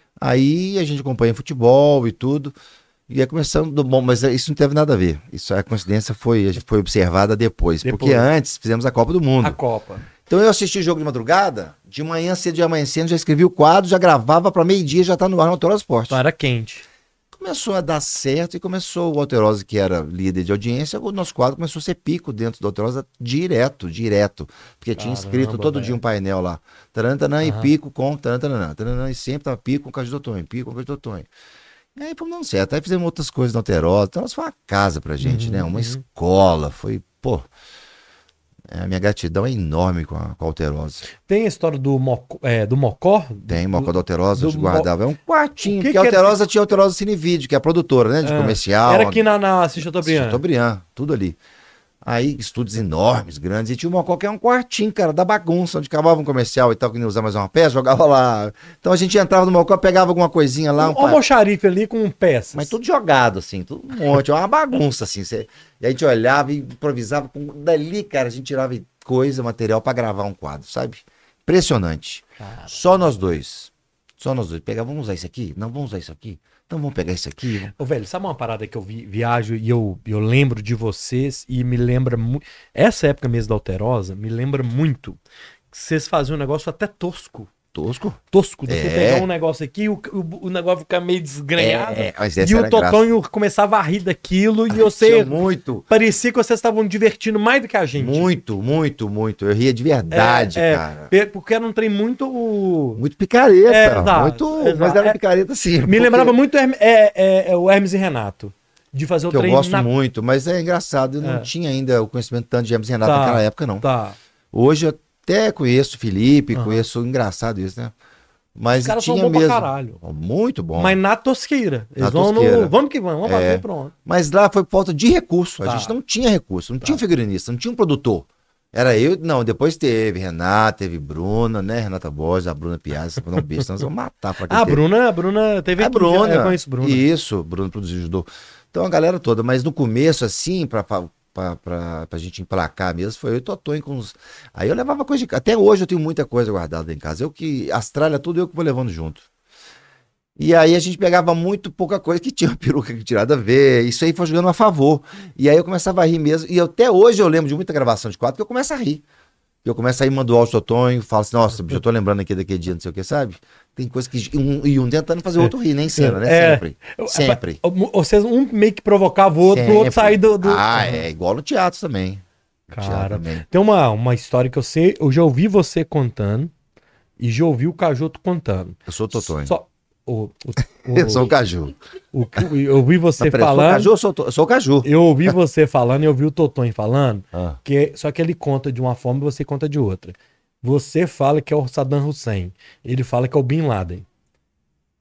Aí a gente acompanha futebol e tudo, e aí começamos, do- bom, mas isso não teve nada a ver. Isso, a coincidência foi, foi observada depois, Depois. porque antes fizemos a Copa do Mundo. A Copa. Então eu assisti o jogo de madrugada, de manhã cedo, de amanhecendo, já escrevi o quadro, já gravava para meio-dia, já tá no ar no Alterosa Esporte. Então era quente. Começou a dar certo e começou o Alterosa, que era líder de audiência, o nosso quadro começou a ser pico dentro do Alterosa direto, direto. Porque tinha Caramba, escrito todo velho. dia um painel lá. Tarantanã e Aham. pico com tarantanã. Tarantanã e sempre tava pico com o Caju do Tonho, pico com o Caju do Tonho. E aí fomos dando certo. Aí fizemos outras coisas no Alterosa. Então, foi uma casa pra gente, Uhum, né? Uma uhum. escola. Foi, pô. é, a minha gratidão é enorme com a, com a Alterosa. Tem a história do, Mocó, é, do Mocó? Tem, Mocó da Alterosa, do a gente guardava. É um quartinho, O que porque que a era Alterosa tinha a Alterosa Cine Vídeo, que é a produtora, né? De Ah, comercial. Era aqui na, na Assis Chateaubriand. Chateaubriand, tudo ali. Aí, estúdios enormes, grandes. E tinha uma qualquer um quartinho, cara, da bagunça, onde acabava um comercial e tal, que não ia usar mais uma peça, jogava lá. Então a gente entrava no Mocó, pegava alguma coisinha lá. Um Um pa- almoxarife ali com peças. Mas tudo jogado, assim, tudo um monte, uma bagunça, assim. Cê... E a gente olhava e improvisava. Com... Dali, cara, a gente tirava coisa, material pra gravar um quadro, sabe? Impressionante. Cara. Só nós dois. Só nós dois. Pegava, vamos usar isso aqui? Não, vamos usar isso aqui? Então vamos pegar isso aqui. Ô, velho, sabe uma parada que eu vi, viajo e eu, eu lembro de vocês e me lembra muito. Essa época mesmo da Alterosa me lembra muito que vocês faziam um negócio até tosco. Tosco? Tosco, de você É. pegar um negócio aqui, o, o, o negócio ficar meio desgrenhado. É, mas essa e era o Totonho começava a rir daquilo e você. Tinha muito. Parecia que vocês estavam divertindo mais do que a gente. Muito, muito, muito. Eu ria de verdade, É, é, cara. pe- Porque era um trem muito. Muito picareta. É, exato, muito. exato. Mas era É, picareta sim. Me porque- lembrava muito Herme- é, é, é, o Hermes e Renato. De fazer o Que eu trem gosto na. muito, mas é engraçado. Eu não É. tinha ainda o conhecimento tanto de Hermes e Renato Tá, naquela época, não. Tá. Hoje eu até conheço o Felipe, Aham. conheço. Engraçado isso, né? Mas Os caras são tinha bons pra mesmo. caralho. Muito bom. Mas na tosqueira. Eles Na vão tosqueira. no. Vamos que vamos, vamos É. fazer pronto. Mas lá foi por falta de recurso. A Tá. gente não tinha recurso, não tinha um figurinista, não tinha um produtor. Era eu, não, depois teve Renata, teve Bruna, né? Renata Borges, a Bruna Piazza, não um beijo, senão nós vamos matar. Pra quem Ah, a teve. Bruna, a Bruna teve A aqui, Bruna. já- Eu conheço Bruna. Isso, Bruna produziu judô. Então a galera toda, mas no começo, assim, pra, pra, pra, pra, pra gente emplacar mesmo, foi eu e o Totonho com os. Aí eu levava coisa de. Até hoje eu tenho muita coisa guardada em casa. Eu que. As tralhas, tudo eu que vou levando junto. E aí a gente pegava muito pouca coisa que tinha uma peruca que tirada a ver. Isso aí foi jogando a favor. E aí eu começava a rir mesmo. E eu- até hoje eu lembro de muita gravação de quadro que eu começo a rir. Eu começo a ir mandar o áudio do Totonho, falo assim, nossa, já tô lembrando aqui daquele dia, não sei o que, sabe? Tem coisa que. Um, e um tentando fazer o outro rir, nem cena, né? É. Sempre. Sempre. Vocês um meio que provocava o outro, o outro Sempre. sair do. do- Ah, é igual no teatro também. No teatro Cara, também. tem uma, uma história que eu sei, eu já ouvi você contando e já ouvi o Cajuto contando. Eu sou o Totonho. Só, o, o, o, Eu sou o Caju. o- o- eu ouvi você Não, peraí, eu sou o falando. Caju, eu sou, o To- eu sou o Caju. Eu ouvi você falando e eu ouvi o Totonho falando, Ah. que, só que ele conta de uma forma e você conta de outra. Você fala que é o Saddam Hussein, ele fala que é o Bin Laden.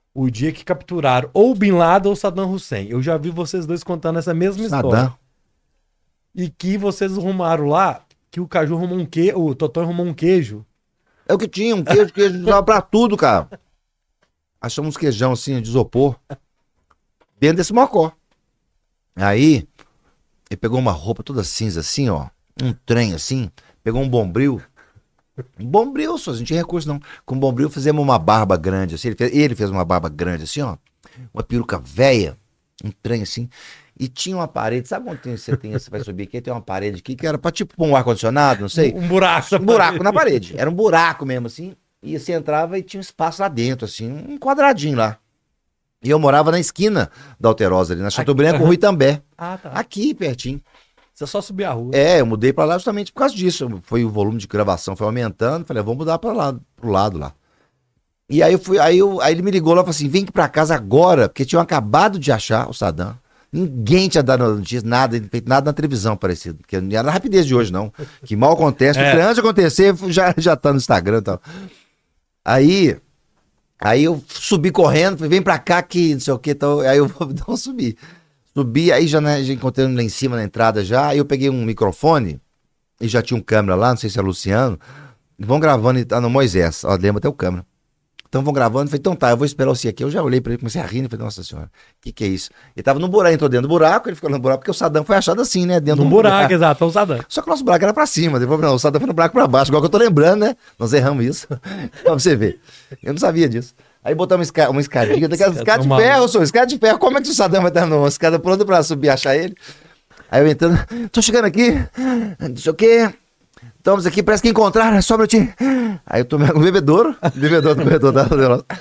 o dia que capturaram ou Bin Laden ou Saddam Hussein. Eu já vi vocês dois contando essa mesma Saddam. história. E que vocês arrumaram lá, que o Caju arrumou um queijo, o Totó arrumou um queijo. É o que tinha, um queijo, queijo usava pra tudo, cara. Achamos uns queijão assim, de isopor, dentro desse mocó. Aí, ele pegou uma roupa toda cinza assim, ó, um trem assim, pegou um bombril. Um bombril, só, a gente não tinha recurso não. Com bombril fizemos uma barba grande assim, ele fez, ele fez uma barba grande assim, ó, uma peruca velha, um trem assim. E tinha uma parede, sabe onde você tem, você vai subir aqui, tem uma parede aqui que era pra tipo um ar-condicionado, não sei. Um buraco. Um buraco na parede. Era um buraco mesmo, assim. E você entrava e tinha um espaço lá dentro, assim, um quadradinho lá. E eu morava na esquina da Alterosa, ali, na Chateaubriand com o Rui També. Ah, tá. Aqui, pertinho. Você só subir a rua. É, eu mudei pra lá justamente por causa disso. Foi o volume de gravação, foi aumentando. Falei, vamos mudar pra lá, pro lado lá. E aí eu fui, aí, eu, aí ele me ligou lá e falou assim: vem aqui pra casa agora, porque tinham acabado de achar o Saddam. Ninguém tinha dado notícia, nada, feito nada na televisão parecido. Porque não era na rapidez de hoje, não. Que mal acontece. É. Antes de acontecer, já, já tá no Instagram e tal. Aí, aí eu subi correndo, falei, vem pra cá que não sei o que. Tal. Aí eu não subi. Subi, aí já, né, já encontrei lá em cima na entrada já. Aí eu peguei um microfone e já tinha um câmera lá, não sei se é Luciano. Vão gravando, e tá no Moisés. Ó, lembra até o câmera. Então vão gravando, falei, então tá, eu vou esperar você aqui. Eu já olhei pra ele, comecei a rir, falei, nossa senhora, o que que é isso? Ele tava no buraco, entrou dentro do buraco, ele ficou no buraco, porque o Saddam foi achado assim, né? Dentro No do buraco, buraco. exato, é o Saddam. Só que o nosso buraco era pra cima, depois não, o Saddam foi no buraco pra baixo, igual que eu tô lembrando, né? Nós erramos isso, pra você ver. Eu não sabia disso. Aí botamos uma, esca uma escadinha, daquelas escadas de ferro, sou, escada de ferro, como é que o Saddam vai estar numa escada pronta pra subir e achar ele? Aí eu entrando, tô chegando aqui, não sei o quê. Estamos aqui, parece que encontraram, é só um minutinho. Aí eu tomei um bebedouro, bebedouro do corredor da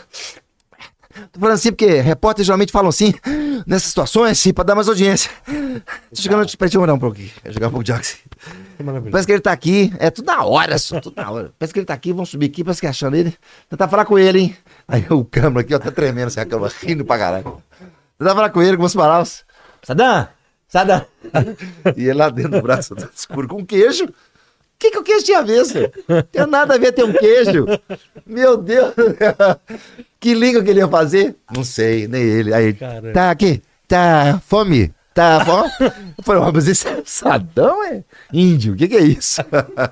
Tô falando assim, porque repórteres geralmente falam assim, nessas situações, assim, pra dar mais audiência. Tô chegando, peraí, deixa eu olhar um pouquinho, vou jogar um pouco de água assim. Parece que ele tá aqui, é tudo na hora, só, tudo na hora. Parece que ele tá aqui, vamos subir aqui, parece que achando ele. Tentar falar com ele, hein. Aí o câmera aqui, ó, tá tremendo, assim, a câmera rindo pra caralho. Tentar falar com ele, com as palavras. Saddam, Saddam. E ele lá dentro do braço, escuro, com queijo. O que, que o queijo tinha a ver, senhor? Tem nada a ver ter um queijo. Meu Deus. Que língua que ele ia fazer? Não sei, nem ele. Aí, Caramba. tá aqui, tá fome, tá fome. Eu falei, mas esse é Saddam, é índio, o que, que é isso?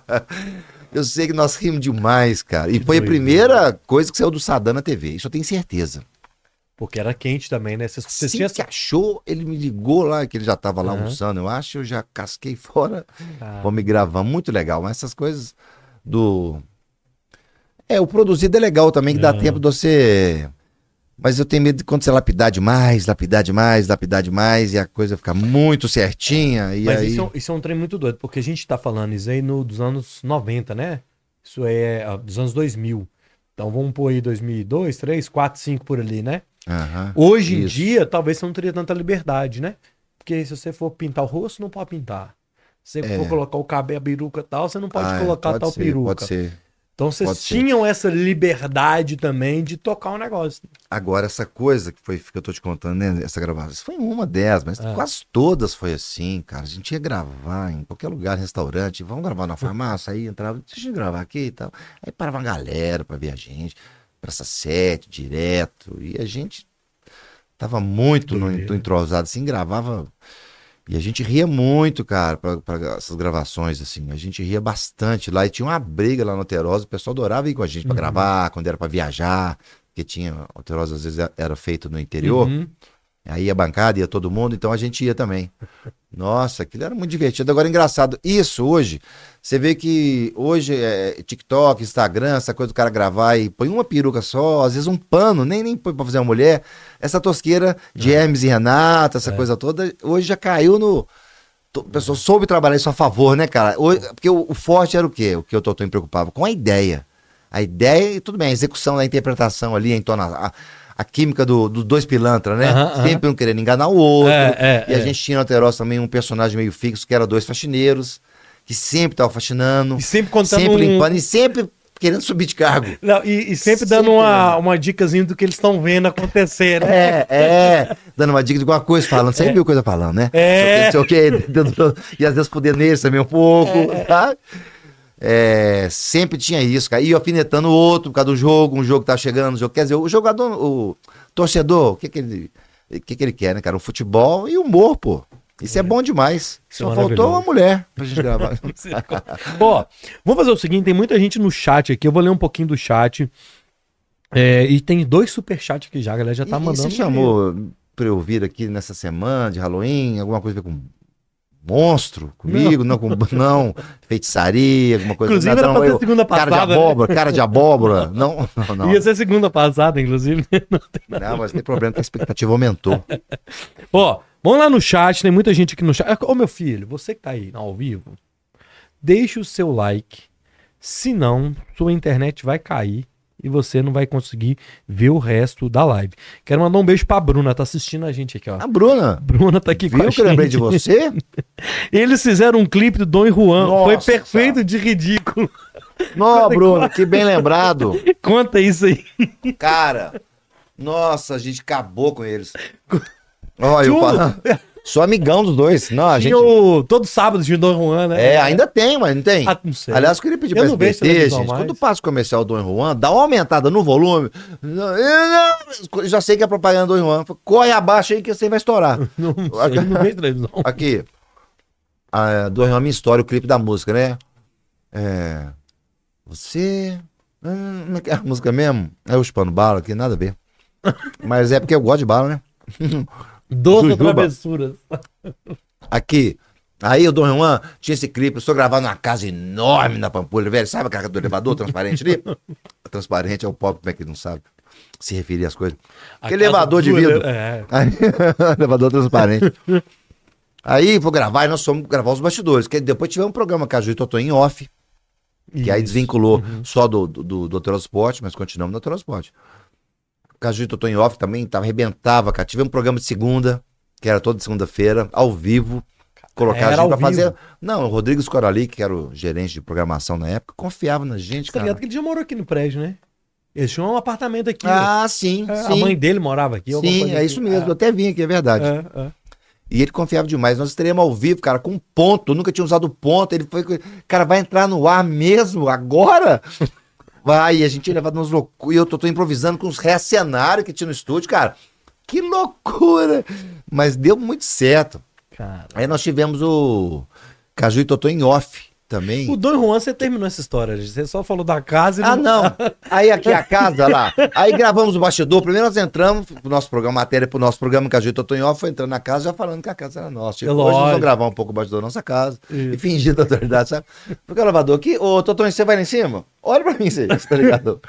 Eu sei que nós rimos demais, cara. E foi a primeira coisa que saiu do Saddam na T V, isso eu tenho certeza. Porque era quente também, né? Vocês, vocês Assim tinham... que achou, ele me ligou lá, que ele já tava lá Uhum. almoçando, eu acho, eu já casquei fora. Ah, Vamos gravar, muito legal. Mas essas coisas do... É, o produzido é legal também, que dá Uhum. tempo de você... Mas eu tenho medo de quando você lapidar demais, lapidar demais, lapidar demais, e a coisa ficar muito certinha, e Mas aí... isso, é um, isso é um trem muito doido, porque a gente tá falando isso aí no, dos anos noventa, né? Isso é ah, dos anos dois mil. Então vamos pôr aí dois mil e dois, três, quatro, cinco por ali, né? Aham, Hoje em isso. dia, talvez você não teria tanta liberdade, né? Porque se você for pintar o rosto, não pode pintar. Se você É. for colocar o cabelo, a peruca e tal, você não pode Ah, é, colocar pode tal ser, peruca. Pode ser. Então vocês pode ser. tinham essa liberdade também de tocar um negócio. Agora, essa coisa que foi que eu tô te contando, né? Essa gravação, isso foi uma delas, mas Ah. quase todas foi assim, cara. A gente ia gravar em qualquer lugar, restaurante, vamos gravar na farmácia, aí entrava, deixa eu gravar aqui e tal. Aí parava uma galera pra ver a gente, pra essa sete, direto, e a gente tava muito no, Doideira. entrosado, assim, gravava. E a gente ria muito, cara, pra, pra essas gravações, assim. A gente ria bastante lá. E tinha uma briga lá no Alterosa. O pessoal adorava ir com a gente pra Uhum. gravar, quando era pra viajar. Porque tinha... Alterosa, às vezes, era feito no interior. Uhum. Aí ia a bancada, ia todo mundo. Então a gente ia também. Nossa, aquilo era muito divertido. Agora, engraçado. Isso, hoje... Você vê que hoje é TikTok, Instagram, essa coisa do cara gravar e põe uma peruca só, às vezes um pano, nem, nem põe pra fazer uma mulher. Essa tosqueira de Hermes e Renata, essa É. coisa toda, hoje já caiu no... O pessoal soube trabalhar isso a favor, né, cara? Hoje, porque o, o forte era o quê? O que eu tô, tô me preocupava? Com a ideia. A ideia, e tudo bem, a execução, a interpretação ali, a entonação, a, a química dos do dois pilantras, né? Aham, Sempre um querendo enganar o outro. É, é, e a é. gente tinha no Alterosa também um personagem meio fixo, que era dois faxineiros, que sempre tava faxinando, E sempre contando sempre um- limpando e sempre querendo subir de cargo. Não, e, e sempre dando Sempre, uma, né? uma dicasinha do que eles estão vendo acontecer, né? É, é, dando uma dica de alguma coisa, falando, sempre viu coisa falando, né? É. Não sei o que, não sei o quê, e às vezes poder neles também um pouco, tá? É, sempre tinha isso, cara. E alfinetando o outro por causa do jogo, um jogo que tá chegando, um jogo, quer dizer, o jogador, o Torcedor, o que que ele, o que que ele quer, né, cara? O futebol e o humor, pô. Isso é, é bom demais. Só faltou uma mulher pra gente gravar. Ó, vamos fazer o seguinte, tem muita gente no chat aqui, eu vou ler um pouquinho do chat. É, e tem dois superchats aqui já, a galera já tá e, mandando. E você chamou pra eu vir aqui nessa semana de Halloween, alguma coisa a ver com monstro comigo? Não, não, com, não feitiçaria, alguma coisa. Inclusive não, era pra eu, ser segunda passada. Cara de abóbora, né? Cara de abóbora. Não, não, não. Ia ser segunda passada, inclusive. Não, tem nada. Não, mas tem problema que a expectativa aumentou. Ó, vamos lá no chat, tem muita gente aqui no chat. Ô, meu filho, você que tá aí ao vivo, deixa o seu like, senão sua internet vai cair e você não vai conseguir ver o resto da live. Quero mandar um beijo pra Bruna, tá assistindo a gente aqui, ó. A Bruna. Bruna tá aqui Viu com a que eu lembrei de você? Eles fizeram um clipe do Dom Juan, Nossa, foi perfeito cara. De ridículo. Não, Bruno, que bem lembrado. Conta isso aí. Cara, nossa, a gente acabou com eles. Olha, eu falo... Sou amigão dos dois. Não, a gente... o... Todo sábado de Dom Juan, né? É, ainda tem, mas não tem? Ah, não sei. Aliás, eu queria pedir pra S B T, gente, quando passa o comercial do Dom Juan, dá uma aumentada no volume. Eu já sei que é propaganda do Dom Juan. Corre abaixo aí que você vai estourar. Não sei, não vejo televisão. Aqui. A Dom Juan, minha história, o clipe da música, né? É... Você... Hum, é a música mesmo? É o Chupando Bala aqui, nada a ver. Mas é porque eu gosto de bala, né? Doce travessuras. Aqui. Aí o Dom Juan tinha esse clipe, eu estou gravando numa casa enorme na Pampulha, velho. Sabe a carga do elevador transparente ali? Transparente é o pobre, como é que ele não sabe se referir às coisas. Aquele elevador de vidro. É. Aí, elevador transparente. Aí vou gravar e nós fomos gravar os bastidores. Que depois tivemos um programa Caju e Totó em off. Que Isso. aí desvinculou uhum. só do, do, do, do Transporte, mas continuamos no Transporte. Caju e Totó em off também tava, arrebentava, cara. Tivemos um programa de segunda, que era toda segunda-feira, ao vivo. Colocar a gente pra fazer. Não, o Rodrigo Scorali, que era o gerente de programação na época, confiava na gente, Você cara. Tá ligado que ele já morou aqui no prédio, né? Eles tinham um apartamento aqui. Ah, ó. sim, é, sim. A mãe dele morava aqui. Sim, é isso mesmo. É. Eu até vim aqui, é verdade. É, é. E ele confiava demais. Nós estreamos ao vivo, cara, com ponto. Eu nunca tinha usado ponto. Ele foi. Cara, vai entrar no ar mesmo agora? Vai, e a gente tinha levado uns loucuras. E eu tô, tô improvisando com os reacenários que tinha no estúdio, cara. Que loucura! Mas deu muito certo. Cara. Aí nós tivemos o Caju e Totó em off também. O Dom Juan, você terminou essa história, você só falou da casa e Ah, não. não. Aí aqui a casa lá. Aí gravamos o bastidor. Primeiro nós entramos pro nosso programa, matéria pro nosso programa Caju e Totó em off, foi entrando na casa já falando que a casa era nossa. Tipo, é hoje nós vamos gravar um pouco o bastidor da nossa casa. Isso. E fingir da autoridade, sabe? Porque o gravador aqui, ô Totó, você vai lá em cima? Olha pra mim, você tá ligado?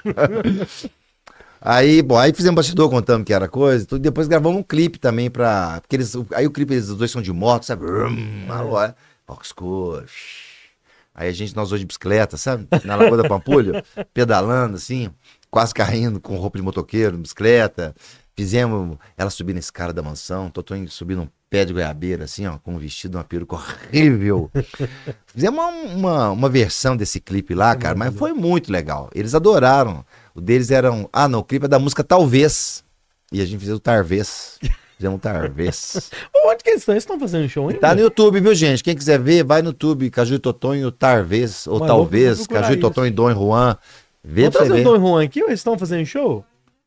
Aí, bom, aí fizemos bastidor, contamos que era coisa, tudo, depois gravamos um clipe também pra... Porque eles, aí o clipe, eles os dois são de moto, sabe? Palco escuro. Aí a gente, nós dois de bicicleta, sabe? Na Lagoa da Pampulha, pedalando assim, quase caindo com roupa de motoqueiro, bicicleta. Fizemos ela subir na escada da mansão, Totó subindo um pé de goiabeira, assim, ó, com um vestido, uma peruca horrível. Fizemos uma, uma, uma versão desse clipe lá, cara, mas foi muito legal. Eles adoraram. O deles era um... Ah, não, o clipe é da música Talvez. E a gente fez o Tarvez. Fizemos o Tarvez. Onde que eles estão? Eles estão fazendo show ainda? Tá no YouTube, viu, gente? Quem quiser ver, vai no YouTube. Caju e Totó e o Tarvez. Ou mas Talvez. Caju e Totó e Dom Juan. Vê Vamos trazer o Dom Juan aqui ou eles estão fazendo show?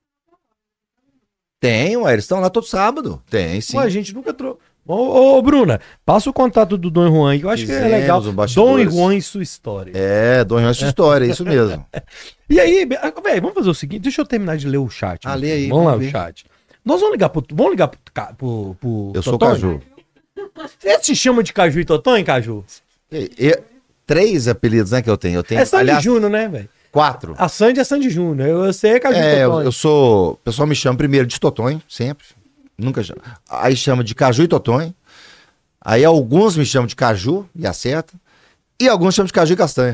Tem, ué. Eles estão lá todo sábado. Tem, sim. Ué, a gente nunca trouxe... Ô, ô, Bruna, passa o contato do Dom Juan, que eu acho Fizemos que é legal. Dom Juan e sua história. É, Dom Juan e sua história, é isso mesmo. E aí, velho, vamos fazer o seguinte, deixa eu terminar de ler o chat. Ah, lê aí. Vamos, vamos lá, ver. O chat. Nós vamos ligar pro... Vamos ligar pro... pro, pro eu sou o Caju. Você se chama de Caju e Totó, hein, Caju? E, e, três apelidos, né, que eu tenho. Eu tenho é Sandy aliás, Júnior, né, velho? Quatro. A Sandy é Sandy Júnior, eu sei é Caju é, e Totó. Eu, eu sou... O pessoal me chama primeiro de Totó, sempre. Nunca chama. Aí chama de Caju e Totó. Aí alguns me chamam de Caju, e acerta. E alguns chamam de Caju e Castanha.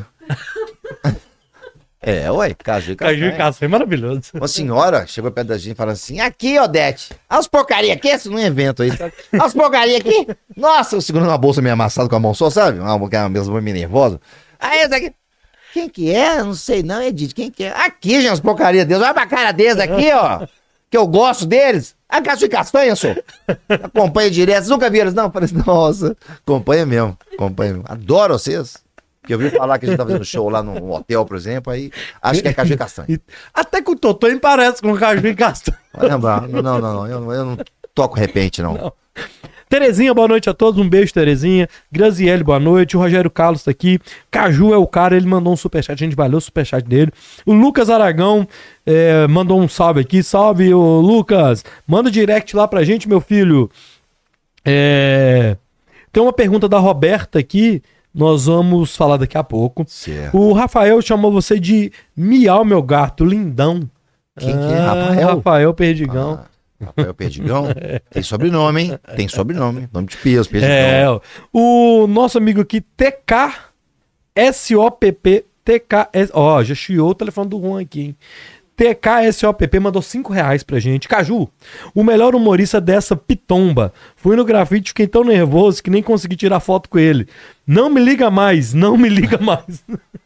É, ué, Caju e Castanha. Caju e Castanha é maravilhoso. Uma senhora chegou perto da gente e falou assim, aqui, Odete, as porcaria aqui, esse não é evento aí. As porcaria aqui. Nossa, eu segurando uma bolsa meio amassada com a mão só, sabe? Uma, uma mesma meio nervosa. Aí, essa aqui... Quem que é? Não sei não, Edith, quem que é? Aqui, gente, as porcaria deles. Olha pra cara deles aqui, ó. Que eu gosto deles. A Caju e Castanha, sou. Acompanha direto. Vocês nunca viram eles, não? Eu falei, nossa, acompanha mesmo. Acompanha mesmo. Adoro vocês. Porque eu vi falar que a gente tá fazendo show lá no hotel, por exemplo, aí acho que é caju e castanha. E- Até que o Totonho parece com caju e castanha. Não, não, não, não, não, eu, não- eu não toco repente, não. Não. Terezinha, boa noite a todos. Um beijo, Terezinha. Graziele, boa noite. O Rogério Carlos tá aqui. Caju é o cara, ele mandou um superchat. A gente valeu o superchat dele. O Lucas Aragão é, mandou um salve aqui. Salve, ô Lucas. Manda direct lá pra gente, meu filho. É, tem uma pergunta da Roberta aqui. Nós vamos falar daqui a pouco. Certo. O Rafael chamou você de Miau, meu gato, lindão. Quem que é? Ah, Rafael? Rafael Perdigão. Ah, Rafael Perdigão? Tem sobrenome, hein? Tem sobrenome. Nome de peso, Perdigão. É, ó. O nosso amigo aqui, T K S O P P, T K S, ó, já chiou o telefone do Juan aqui, hein? T K S O P P mandou cinco reais pra gente. Caju, o melhor humorista dessa pitomba. Fui no grafite, fiquei tão nervoso que nem consegui tirar foto com ele. Não me liga mais, não me liga mais.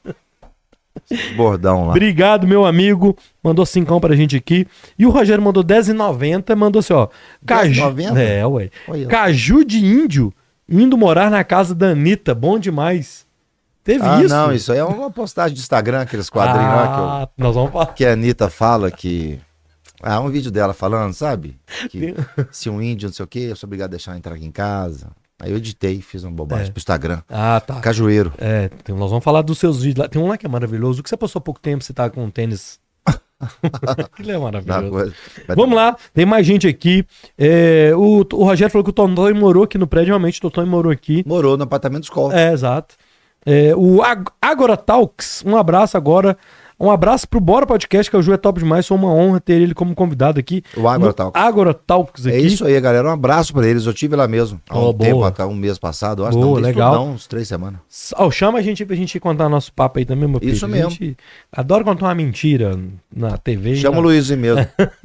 Bordão lá. Obrigado, meu amigo. Mandou cincão pra gente aqui. E o Rogério mandou dez reais e noventa. Mandou assim, ó. dez reais e Caju. noventa? É, ué. Olha. Caju de índio indo morar na casa da Anitta. Bom demais. Teve Ah, isso? não, isso aí é uma postagem de Instagram, aqueles quadrinhos lá que, eu- Ah, nós vamos falar. que a Anitta fala que... Ah, um vídeo dela falando, sabe? Que se um índio, não sei o quê, eu sou obrigado a deixar entrar aqui em casa. Aí eu editei, fiz uma bobagem É. pro Instagram. Ah, tá. Cajueiro. É, tem- nós vamos falar dos seus vídeos lá. Tem um lá que é maravilhoso. O que você postou há pouco tempo, você tá com um tênis. Aquilo é Na maravilhoso. coisa. Vamos lá, tem mais gente aqui. É, o, o Rogério falou que o Tontói morou aqui no prédio. Realmente, o Tontói morou aqui. Morou no apartamento escola. É, exato. É, o Ag- Agora Talks, um abraço agora. Um abraço pro Bora Podcast, que o Ju é top demais. Foi uma honra ter ele como convidado aqui. O Agora No Talks. Agora Talks aqui. É isso aí, galera. Um abraço pra eles. Eu tive lá mesmo. Há um Oh, tempo, boa. até um mês passado. Eu acho Boa, não, tem legal. tudo não, uns três semanas. Ó, chama a gente pra gente contar nosso papo aí também, meu filho. Isso A mesmo. gente adora contar uma mentira na T V. Chama na... o Luiz mesmo.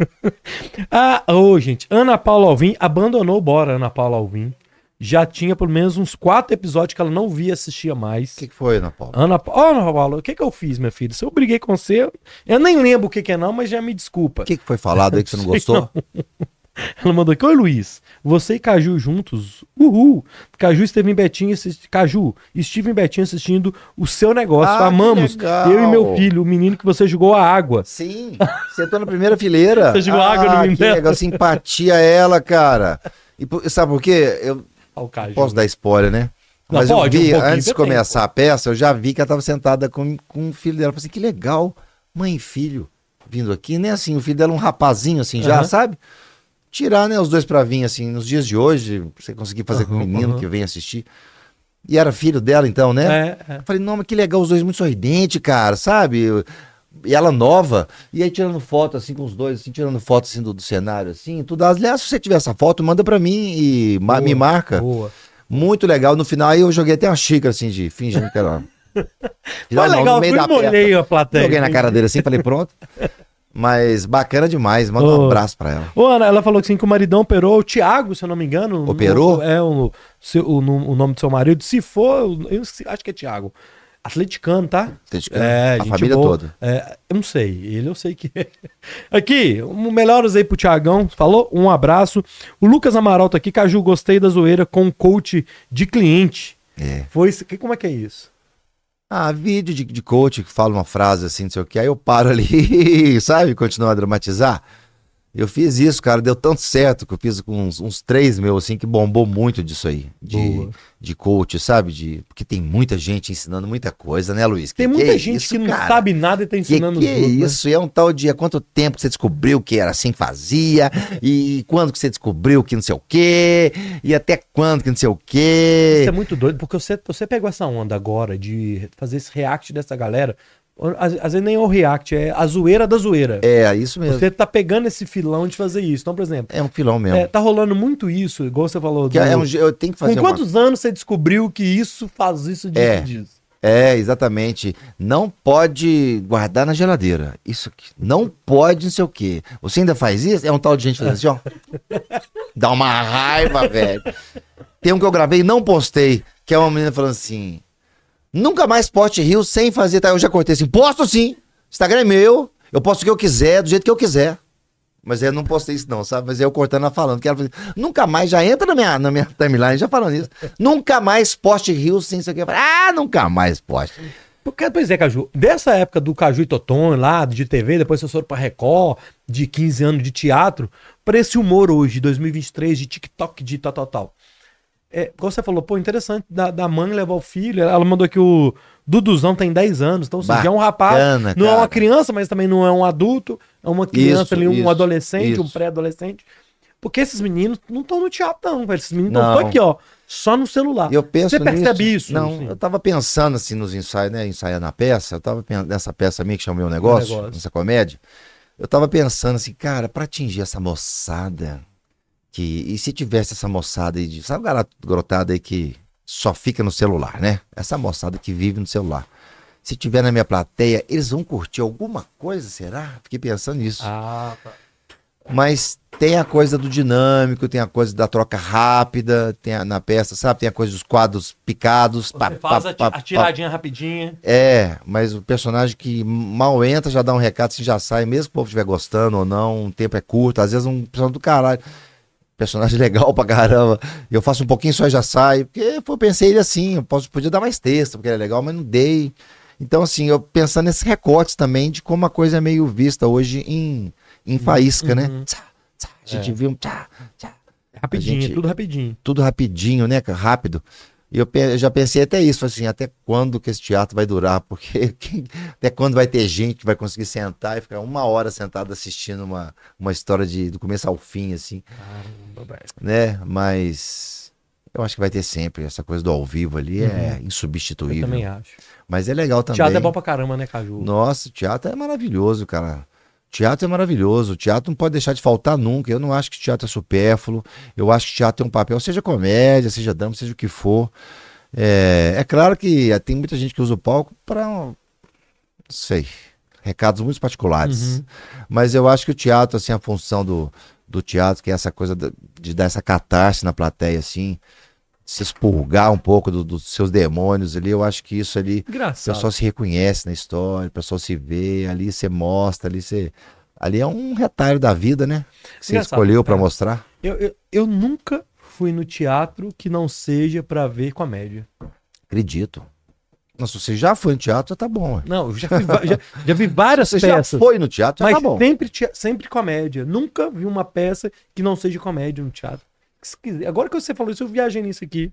Ah, ô, gente. Ana Paula Alvim abandonou o Bora, Ana Paula Alvim. Já tinha pelo menos uns quatro episódios que ela não via, assistia mais. O que, que foi, Ana Paula? Ana, Ó, Ana Paula, o que que eu fiz, minha filha? Se eu briguei com você, eu nem lembro o que que é não, mas já me desculpa. O que, que foi falado aí que você não Sei gostou? Ela mandou aqui, oi Luiz, você e Caju juntos, uhul. Caju esteve em Betinho, assisti... Caju, estive em Betinho assistindo o seu negócio, Ah, que amamos, legal. eu e meu filho, o menino que você jogou a água. Sim, sentou na primeira fileira. Você jogou água no ah, menino que legal, simpatia ela, cara. E por- sabe por quê? Eu Ó, o Caju. posso dar spoiler, né? Não, Mas pode, eu vi, um pouquinho, antes de você tem, começar a peça, eu já vi que ela estava sentada com, com o filho dela. Eu falei assim, que legal, mãe e filho vindo aqui. Nem assim, o filho dela é um rapazinho assim já, Aham. sabe? Tirar, né, os dois pra vir, assim, nos dias de hoje, pra você conseguir fazer com o Aham, menino aham. que vem assistir. E era filho dela, então, né? É, é. Eu falei, não, mas que legal, os dois muito sorridentes, cara, sabe? E ela nova, e aí tirando foto, assim, com os dois, assim, tirando foto, assim, do, do cenário, assim, tudo. Aliás, se você tiver essa foto, manda pra mim e ma- Boa, me marca. Boa. Muito legal. No final, aí eu joguei até uma xícara, assim, de fingindo que era... Foi Ah, não, legal, no meio fui da e molhei peça. a plateia. Joguei na cara dele assim, falei, pronto. Mas bacana demais, manda Ô. um abraço pra ela. Ô, Ana, ela falou assim que o maridão operou o Thiago, se eu não me engano. Operou? No- é o, seu- o, no- o nome do seu marido. Se for, eu esqueci- acho que é Thiago. Atleticano, tá? Atleticano, É, a gente família boa. toda. É, eu não sei, ele eu sei que é. Aqui, um melhoras aí pro Thiagão, falou? Um abraço. O Lucas Amaral tá aqui, Caju, gostei da zoeira com o coach de cliente. É. Foi isso, que, como é que é isso? Ah, vídeo de, de coach que fala uma frase assim, não sei o que, aí eu paro ali, sabe, continuar a dramatizar. Eu fiz isso, cara, deu tanto certo que eu fiz com uns, uns três meus, assim, que bombou muito disso aí, de, Boa. de coach, sabe, de, porque tem muita gente ensinando muita coisa, né, Luiz? Que Tem que muita é gente isso, que não cara? sabe nada e tá Que ensinando que os é outros, né? isso? E é um tal de há quanto tempo que você descobriu que era assim que fazia, e quando que você descobriu que não sei o quê, e até quando que não sei o quê. Isso é muito doido, porque você, você pegou essa onda agora de fazer esse react dessa galera. Às, às vezes nem é o react, é a zoeira da zoeira. É, isso mesmo. Você tá pegando esse filão de fazer isso. Então, por exemplo, É um filão mesmo. é, tá rolando muito isso, igual você falou. Que do- é um, je- eu tenho que fazer Com uma... quantos anos você descobriu que isso faz isso, disso, É. disso? É, exatamente. Não pode guardar na geladeira. Isso aqui. Não pode não sei o quê. Você ainda faz isso? É um tal de gente fazendo assim, ó. Dá uma raiva, velho. Tem um que eu gravei e não postei, que é uma menina falando assim, nunca mais poste rio sem fazer, tá? Eu já cortei assim, posto sim. Instagram é meu, eu posto o que eu quiser, do jeito que eu quiser. Mas eu não postei isso não, sabe? Mas eu cortando ela falando, que ela falou assim, nunca mais, já entra na minha, na minha timeline, já falando isso, nunca mais poste rios sem isso aqui. Eu falei, ah, nunca mais poste. Porque, pois é, Caju, dessa época do Caju e Totonho lá, de T V, depois vocês foram pra Record, de quinze anos de teatro, pra esse humor hoje, dois mil e vinte e três, de TikTok, de tal, tal, tal. É, como você falou, pô, interessante, da, da mãe levar o filho, ela mandou aqui o Duduzão tem dez anos, então, assim, já é um rapaz, Bacana, não cara. é uma criança, mas também não é um adulto, é uma criança Isso, ali, um isso, adolescente, isso. um pré-adolescente. Porque esses meninos não estão no teatro, não, velho. Esses meninos Não. estão aqui, ó, só no celular. E eu penso Você percebe nisso. isso? Não, assim? eu tava pensando assim nos ensaios, né? Ensaiando na peça, eu tava pensando nessa peça minha que chama Meu Negócio, Meu Negócio. nessa comédia. Eu tava pensando assim, cara, pra atingir essa moçada, que e se tivesse essa moçada aí, de, sabe a garotada aí que só fica no celular, né? Essa moçada que vive no celular. Se tiver na minha plateia, eles vão curtir alguma coisa, será? Fiquei pensando nisso. Ah, tá. Mas tem a coisa do dinâmico, tem a coisa da troca rápida, tem a, na peça, sabe? Tem a coisa dos quadros picados. Você pá, faz pá, a, ti- pá, a pá. tiradinha rapidinha. É, mas o personagem que mal entra já dá um recado, se já sai, mesmo que o povo estiver gostando ou não, um tempo é curto, às vezes um personagem do caralho. Personagem legal pra caramba. Eu faço um pouquinho só e já saio. Porque eu pensei ele assim, eu posso, podia dar mais texto, porque ele é legal, mas não dei. Então, assim, eu pensando nesses recortes também de como a coisa é meio vista hoje em, em faísca, né? Uhum. Tchá, tchá, a gente É. viu um tchá, tchá, Rapidinho, A gente- tudo rapidinho. tudo rapidinho, né, cara? Rápido. E eu, pe- eu já pensei até isso, assim, até quando que esse teatro vai durar? Porque quem- até quando vai ter gente que vai conseguir sentar e ficar uma hora sentado assistindo uma, uma história de, do começo ao fim, assim, Caramba, velho. né? Mas eu acho que vai ter sempre. Essa coisa do ao vivo ali é Eu insubstituível. também acho. Mas é legal também. Teatro é bom pra caramba, né, Caju? Nossa, o teatro é maravilhoso, cara. Teatro é maravilhoso. O teatro não pode deixar de faltar nunca. Eu não acho que teatro é supérfluo. Eu acho que teatro tem um papel, seja comédia, seja drama, seja o que for. É, é claro que eh, tem muita gente que usa o palco para, não sei, recados muito particulares. Uhum. Mas eu acho que o teatro, assim, a função do, do teatro, que é essa coisa da- de dar essa catarse na plateia, assim, se expurgar um pouco do- dos seus demônios ali, eu acho que isso ali, o Engraçado. pessoal se reconhece na história, o pessoal se vê, ali você mostra, ali você... Ali é um retalho da vida, né? Que você Engraçado, escolheu para é. mostrar. Eu, eu, eu nunca fui no teatro que não seja pra ver comédia. Acredito. Nossa, você já foi no teatro, já tá bom. ué. Não, eu já, vi va- já, já vi várias Você já peças. foi no teatro, já Mas tá bom. sempre, tea- sempre comédia. Nunca vi uma peça que não seja comédia no teatro. Se quiser- Agora que você falou isso, eu viajei nisso aqui.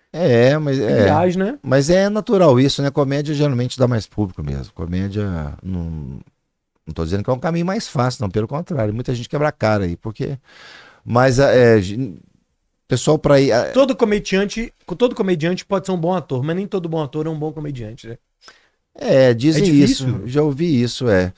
É, mas Que é. viagem, né? Mas é natural isso, né? Comédia geralmente dá mais público mesmo. Comédia, não, não tô dizendo que é um caminho mais fácil, não, pelo contrário. Muita gente quebra a cara aí, porque... Mas, é, ge- pessoal pra ir... é, Todo comediante, todo comediante pode ser um bom ator, mas nem todo bom ator é um bom comediante, né? É, dizem É isso. difícil. Já ouvi isso, é.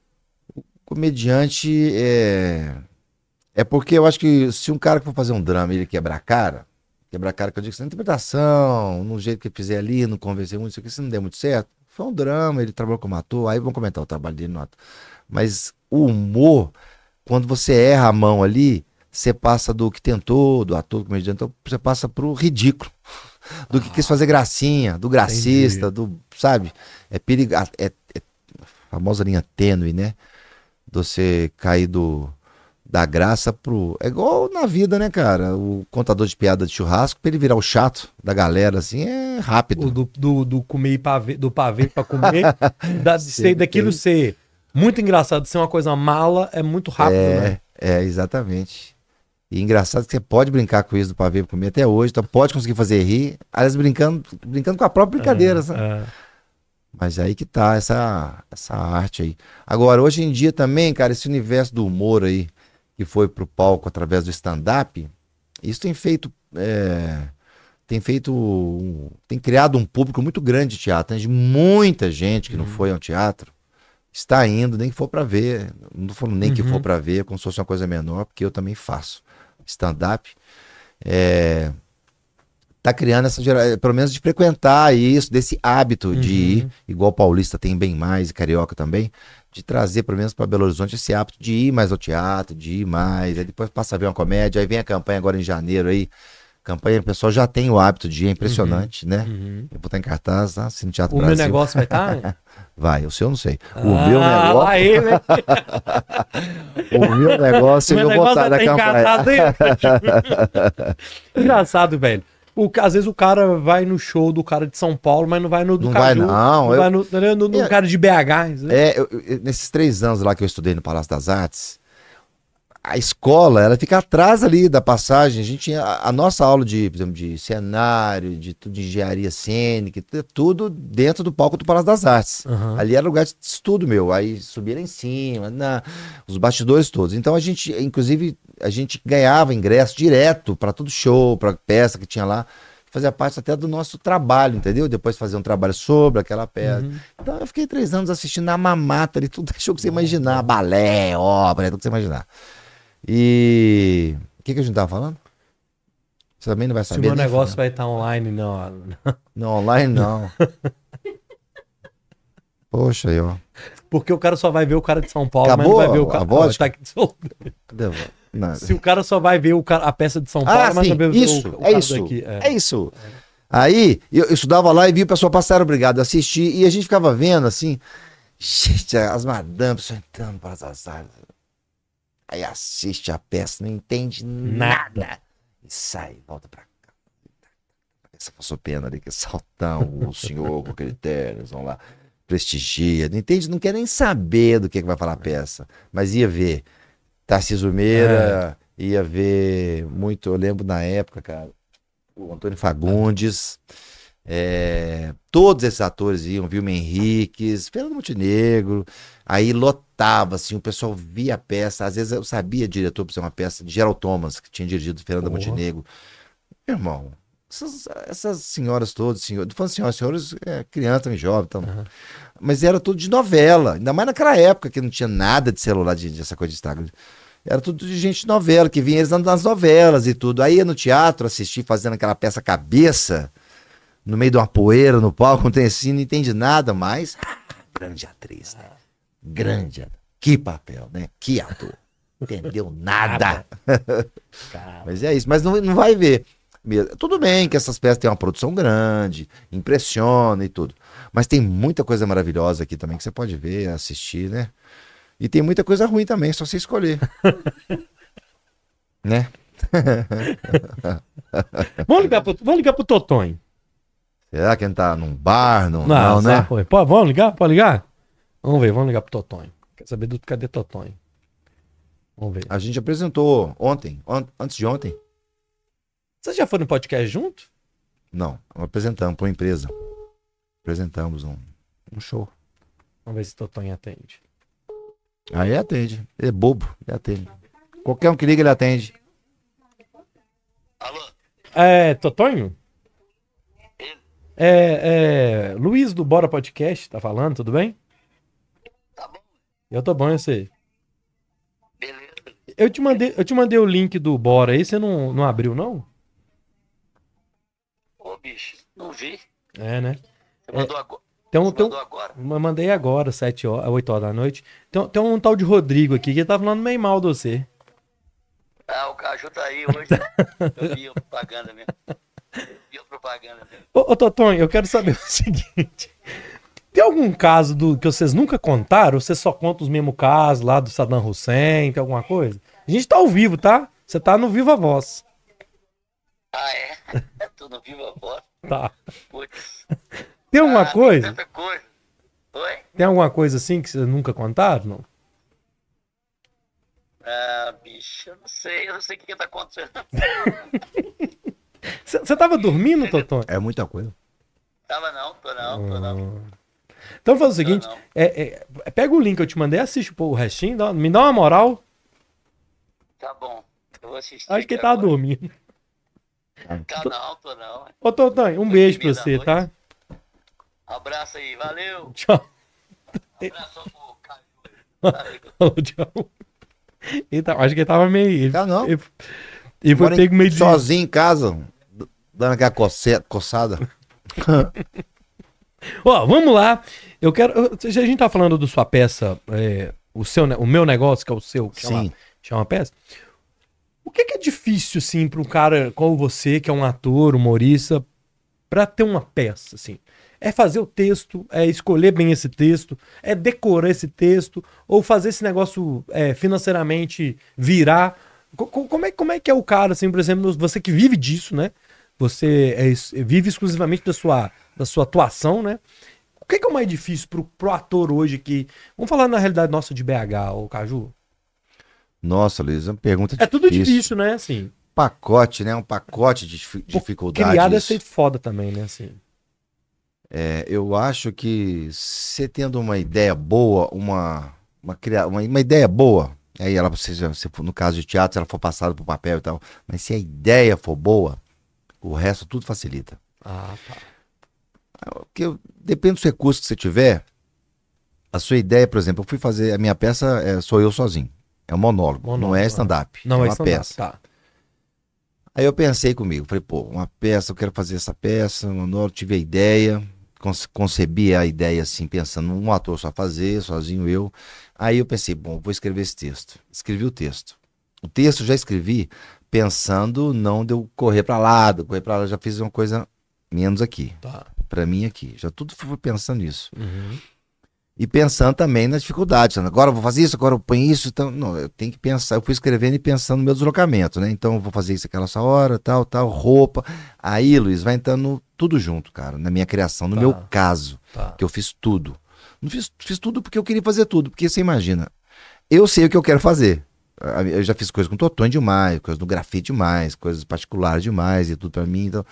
O comediante é... É porque eu acho que se um cara que for fazer um drama e ele quebrar a cara, quebrar a cara que eu digo que na interpretação, no jeito que ele fizer ali, não convencer muito, isso aqui, se não der muito certo, foi um drama, ele trabalhou como ator, aí vamos comentar o trabalho dele no ator. Mas o humor, quando você erra a mão ali, você passa do que tentou, do ator, do comediante, então você passa pro ridículo. Do que quis fazer gracinha, do gracista, do, sabe? É perigo, é, é a famosa linha tênue, né? De você cair do, da graça pro... É igual na vida, né, cara? O contador de piada de churrasco, pra ele virar o chato da galera, assim, é rápido. O do, do, do comer pavê, do pavê pra comer, da, de ser, Sempre daquilo tem. ser muito engraçado, ser uma coisa mala, é muito rápido, né? É, é, exatamente. E engraçado que você pode brincar com isso do pavê pra comer até hoje, então pode conseguir fazer rir, aliás, brincando, brincando com a própria brincadeira, sabe? É. Mas aí que tá essa, essa arte aí. Agora, hoje em dia também, cara, esse universo do humor aí, que foi pro palco através do stand-up, isso tem feito, é, tem feito, um- tem criado um público muito grande de teatro, né? De muita gente que não foi ao teatro, está indo, nem que for pra ver, não tô falando nem que Uhum. for pra ver, como se fosse uma coisa menor, porque eu também faço stand-up. É, tá criando essa gera... pelo menos de frequentar isso, desse hábito de Uhum. ir, igual paulista tem bem mais, e carioca também, de trazer pelo menos para Belo Horizonte esse hábito de ir mais ao teatro, de ir mais, aí depois passa a ver uma comédia, aí vem a campanha agora em janeiro aí, Campanha, o pessoal já tem o hábito de ir, é impressionante, Uhum. né? Uhum. Eu vou estar em cartaz, tá? Assim, no Teatro O Brasil. meu negócio vai estar? Vai, o seu eu não sei. O Ah, meu negócio. lá ele, né? O meu negócio O meu eu vou negócio botar vai na estar campanha. encartado aí. Engraçado, velho. O, às vezes o cara vai no show do cara de São Paulo, mas não vai no do Não vai, Caju. não. Não Eu- vai no, no, no- no É. cara de B H. entendeu? É, eu- eu- nesses três anos lá que eu estudei no Palácio das Artes, a escola, ela fica atrás ali da passagem. A gente tinha a, a nossa aula de, por exemplo, de cenário, de, tudo de engenharia cênica, tu- tudo dentro do palco do Palácio das Artes. Aham. Ali era lugar de estudo meu. Aí subia lá em cima, na, os bastidores todos. Então a gente, inclusive, a gente ganhava ingresso direto para todo show, para peça que tinha lá. Fazia parte até do nosso trabalho, entendeu? Depois fazer um trabalho sobre aquela peça. Uhum. Então eu fiquei três anos assistindo na mamata ali, tudo show que você imaginar, balé, ópera, tudo que você imaginar. E o que, que a gente tava falando? Você também não vai Se o saber. meu né, negócio Fernando? vai estar online, não. Não, online não. Poxa aí, ó. Porque o cara só vai ver o cara de São Paulo, Acabou mas não vai ver o a cara. vodka? Ó, tá aqui de São- Cadê a vo- Nada. Se o cara só vai ver o cara- a peça de São Paulo, Ah, mas sim, não vai ver isso, o, o é cara isso, daqui. é isso. Aí, eu, eu estudava lá e vi o pessoal passar, obrigado, assistir, e a gente ficava vendo, assim, gente, as madames só entrando para as azar. Aí assiste a peça, não entende nada. Nada. E sai, volta pra cá. Essa passou pena ali, que saltão, o senhor com aquele terno, vão lá, prestigia, não entende, não quer nem saber do que, que vai falar a peça, mas ia ver Tarcísio Meira, ia ver muito, eu lembro na época, cara, o Antônio Fagundes, é, todos esses atores iam, Vilma Henriques, Fernando Montenegro, aí lotava, assim, o pessoal via a peça, às vezes eu sabia diretor, por ser uma peça de Gerald Thomas, que tinha dirigido Fernando Porra. Montenegro. Meu irmão, essas, essas senhoras todas, senhor, tô falando senhoras, senhoras, é, criança, também jovem, então, Aham. mas era tudo de novela, ainda mais naquela época que não tinha nada de celular, de, dessa coisa de Instagram. Era tudo de gente de novela, que vinha eles nas novelas e tudo. Aí ia no teatro assistir, fazendo aquela peça cabeça, no meio de uma poeira, no palco, não tem assim, não entende nada, mas ah, grande atriz, né? Grande atriz. Que papel, né? Que ator. Entendeu nada. Cara. Mas é isso, mas não, não vai ver. mesmo. Tudo bem que essas peças têm uma produção grande, impressiona e tudo. Mas tem muita coisa maravilhosa aqui também que você pode ver, assistir, né? E tem muita coisa ruim também, só você escolher. Né? Vamos ligar pro, vamos ligar pro Totonho. Será que ele tá num bar? Não, Não, não, né? Pô, pô, vamos ligar? Pode ligar? Vamos ver, vamos ligar pro Totonho. Quer saber do cadê Totonho? Vamos ver. A gente apresentou ontem, on- antes de ontem. Vocês já foram no podcast junto? Não, apresentamos para uma empresa. Apresentamos um, um show. Vamos ver se o Totonho atende. Aí atende. Ele é bobo, ele atende. Qualquer um que liga, ele atende. Alô? É, Totonho? É, é, Luiz do Bora Podcast, tá falando, tudo bem? Tá bom? Eu tô bom, eu sei. Beleza. Eu te mandei, eu te mandei o link do Bora aí, você não, não abriu, não? Ô, bicho, não vi. É, né? Você mandou agora. Tem um, Você tem um- mandou agora. eu mandei agora, sete horas, oito horas da noite. Tem, tem um tal de Rodrigo aqui que tá falando meio mal de você. Ah, o Caju tá aí hoje. Eu vi a propaganda mesmo. Eu vi a propaganda mesmo. Ô, ô Totonho, eu quero saber o seguinte. Tem algum caso do, que vocês nunca contaram? Ou vocês só contam os mesmos casos lá do Saddam Hussein? Tem alguma coisa? A gente tá ao vivo, tá? Você tá no Viva Voz. Ah, é? Tô no Viva Voz. Tá. Putz. Tem alguma Ah, tem coisa? tanta coisa. Oi? Tem alguma coisa assim que vocês nunca contaram? Não? Ah, bicho, eu não sei. Eu não sei o que que tá acontecendo. Você você tava dormindo, Totonho? É muita coisa. Tava não, tô não, tô não. Então faz o seguinte, não. é, é, pega o link que eu te mandei, assiste pô, o restinho, dá- me dá uma moral. Tá bom. Eu vou assistir. Acho que ele aqui tava agora. dormindo. Tá não, tô não. Ô, Totonho, um beijo pra você, tá? Abraço aí, valeu. Tchau. Abraço pro Caju aí. Valeu. Falou, tchau. Ele tá- acho que ele tava meio... Ele, Tá não. ele, ele foi Mora em- pego meio de... Sozinho em casa, d- dando aquela coce- coçada. Ó, vamos lá. Eu quero... eu- A gente tá falando da sua peça, é, o, seu, ne- o meu negócio, que é o seu, que chama, Sim. chama peça. O que, que é difícil, assim, para um cara como você, que é um ator, humorista, para ter uma peça, assim? É fazer o texto, é escolher bem esse texto, é decorar esse texto, ou fazer esse negócio é, financeiramente virar? Co- co- Como é, como é que é o cara, assim, por exemplo, você que vive disso, né? Você é es- vive exclusivamente da sua, da sua atuação, né? O que, que é o mais difícil pro, pro ator hoje que... Vamos falar na realidade nossa de B H, ô Caju? Nossa, Luiz, é uma pergunta É difícil. tudo difícil, né? Assim, Pacote, né? Um pacote de difi- pô, dificuldades. criar deve ser foda também, né? Assim. É, eu acho que você tendo uma ideia boa, uma, uma, cria- uma, uma ideia boa, aí ela, seja, se for, no caso de teatro, se ela for passada pro papel e tal, mas se a ideia for boa, o resto tudo facilita. Ah, tá. Porque eu- depende dos recursos que você tiver, a sua ideia, por exemplo, eu fui fazer, a minha peça é, sou eu sozinho, é um monólogo, Monólogo, não é ah. stand-up, Não, é é uma stand-up, peça. tá. Aí eu pensei comigo, falei, pô, uma peça, eu quero fazer essa peça, um monólogo, tive a ideia, conce- concebi a ideia assim, pensando um ator só fazer, sozinho eu. Aí eu pensei, bom, vou escrever esse texto. Escrevi o texto. O texto eu já escrevi pensando não de eu correr pra lá, de eu correr pra lá, já fiz uma coisa menos aqui, Tá. pra mim aqui. Já tudo fui pensando nisso. Uhum. E pensando também nas dificuldades. Agora eu vou fazer isso, agora eu ponho isso. Então, não, eu tenho que pensar. Eu fui escrevendo e pensando no meu deslocamento, né? Então, eu vou fazer isso aquela essa hora, tal, tal, roupa. Aí, Luiz, vai entrando tudo junto, cara, na minha criação, no Tá. meu caso, Tá. que eu fiz tudo. Não fiz, fiz tudo porque eu queria fazer tudo. Porque você imagina, eu sei o que eu quero fazer. Ah, eu já fiz coisas com Totonho demais, coisas do grafite demais, coisas particulares demais e tudo pra mim. Então...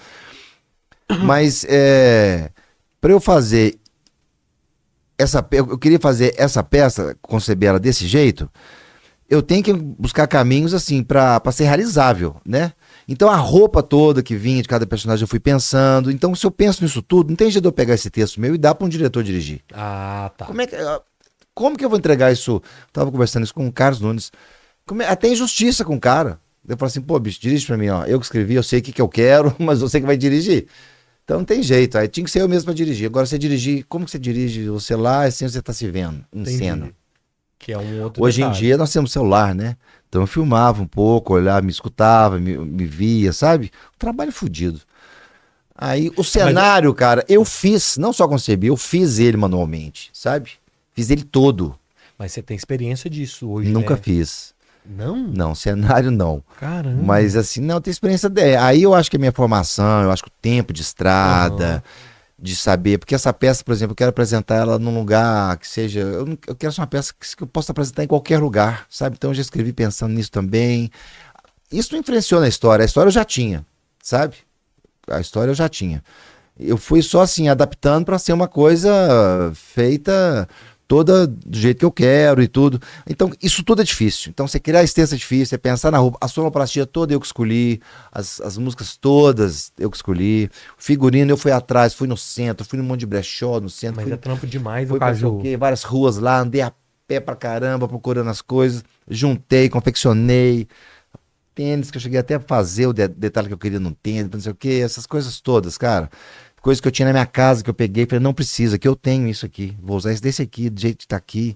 Mas, é, pra eu fazer essa, pe- eu queria fazer essa peça, conceber ela desse jeito, eu tenho que buscar caminhos assim pra pra ser realizável, né? Então a roupa toda que vinha de cada personagem eu fui pensando. Então se eu penso nisso tudo, não tem jeito de eu pegar esse texto meu e dar pra um diretor dirigir. Ah, tá. Como é que, como que eu vou entregar isso? Eu tava conversando isso com o Carlos Nunes. Como é- até injustiça com o cara. Eu falo assim, pô, bicho, dirige pra mim, ó. Eu que escrevi, eu sei o que, que eu quero, mas você que vai dirigir. Então não tem jeito, aí tinha que ser eu mesmo pra dirigir. Agora você dirigir, como que você dirige o celular assim você tá se vendo em Entendi. cena? Que é um outro Hoje em detalhe. dia nós temos celular, né? Então eu filmava um pouco, olhava, me escutava, me, me via, sabe? Um trabalho fodido. Aí o cenário, cara, eu fiz, não só concebi, eu fiz ele manualmente, sabe? Fiz ele todo. Mas você tem experiência disso hoje, Nunca né? fiz. Não? Não, cenário não. Caramba. Mas assim, não, tem experiência dele. Aí eu acho que a minha formação, eu acho que o tempo de estrada, Aham. de saber, porque essa peça, por exemplo, eu quero apresentar ela num lugar que seja, eu, não- eu quero ser uma peça que, que eu possa apresentar em qualquer lugar, sabe? Então eu já escrevi pensando nisso também. Isso não influenciou na história, a história eu já tinha, sabe? A história eu já tinha. Eu fui só assim, adaptando para ser uma coisa feita toda do jeito que eu quero e tudo. Então, isso tudo é difícil. Então, você criar esse texto é difícil, você pensar na roupa, a sonoplastia toda eu que escolhi, as, as músicas todas eu que escolhi, o figurino eu fui atrás, fui no centro, fui num monte de brechó no centro, Mas fui, é trampo demais, fui o pra sei o Caju. quê, várias ruas lá, andei a pé pra caramba procurando as coisas, juntei, confeccionei, tênis que eu cheguei até a fazer o de- detalhe que eu queria no tênis, não sei o que, essas coisas todas, cara. Coisas que eu tinha na minha casa, que eu peguei, falei, não precisa, que eu tenho isso aqui, vou usar esse desse aqui, do jeito que tá aqui.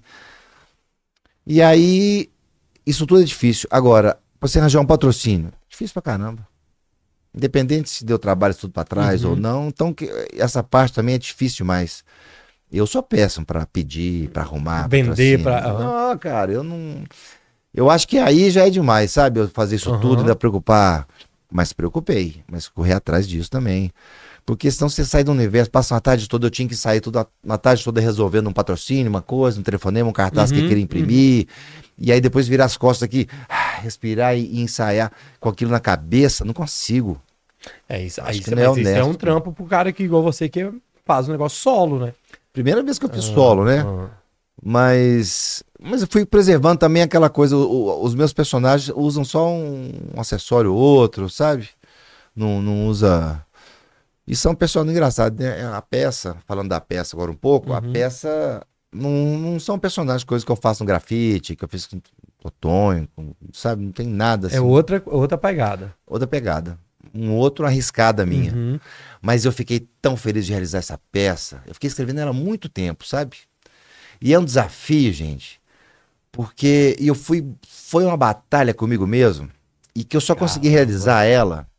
E aí, isso tudo é difícil. Agora, pra você arranjar um patrocínio, difícil pra caramba. Independente se deu trabalho isso tudo pra trás Uhum. ou não, então que- essa parte também é difícil demais. Eu sou péssimo pra pedir, pra arrumar. Vender, patrocínio. pra- aham. Não, cara, eu não. Eu acho que aí já é demais, sabe? Eu fazer isso Aham. tudo, ainda preocupar. Mas preocupei, mas correr atrás disso também. Porque senão você sai do universo, passa uma tarde toda, eu tinha que sair toda, uma tarde toda resolvendo um patrocínio, uma coisa, um telefonema, um cartaz que Uhum, eu queria imprimir. E aí depois virar as costas aqui, ah, respirar e, e ensaiar com aquilo na cabeça. Não consigo. É isso. Acho Aí, que cê- não é mas isso é um honesto. trampo pro cara que, igual você, que faz um negócio solo, né? Primeira vez que eu fiz solo, né? Ah. Mas, mas eu fui preservando também aquela coisa. o- o- os meus personagens usam só um, um acessório ou outro, sabe? Não, não usa. E são personagens engraçados, né? A peça, falando da peça agora um pouco, a Uhum. peça não, não são personagens, coisas que eu faço no grafite, que eu fiz com Totonho, com- sabe? Não tem nada assim. É outra, outra pegada. Outra pegada. Um outro arriscada minha. Uhum. Mas eu fiquei tão feliz de realizar essa peça. Eu fiquei escrevendo ela há muito tempo, sabe? E é um desafio, gente. Porque eu fui. Foi uma batalha comigo mesmo. E que eu só consegui Caramba. realizar ela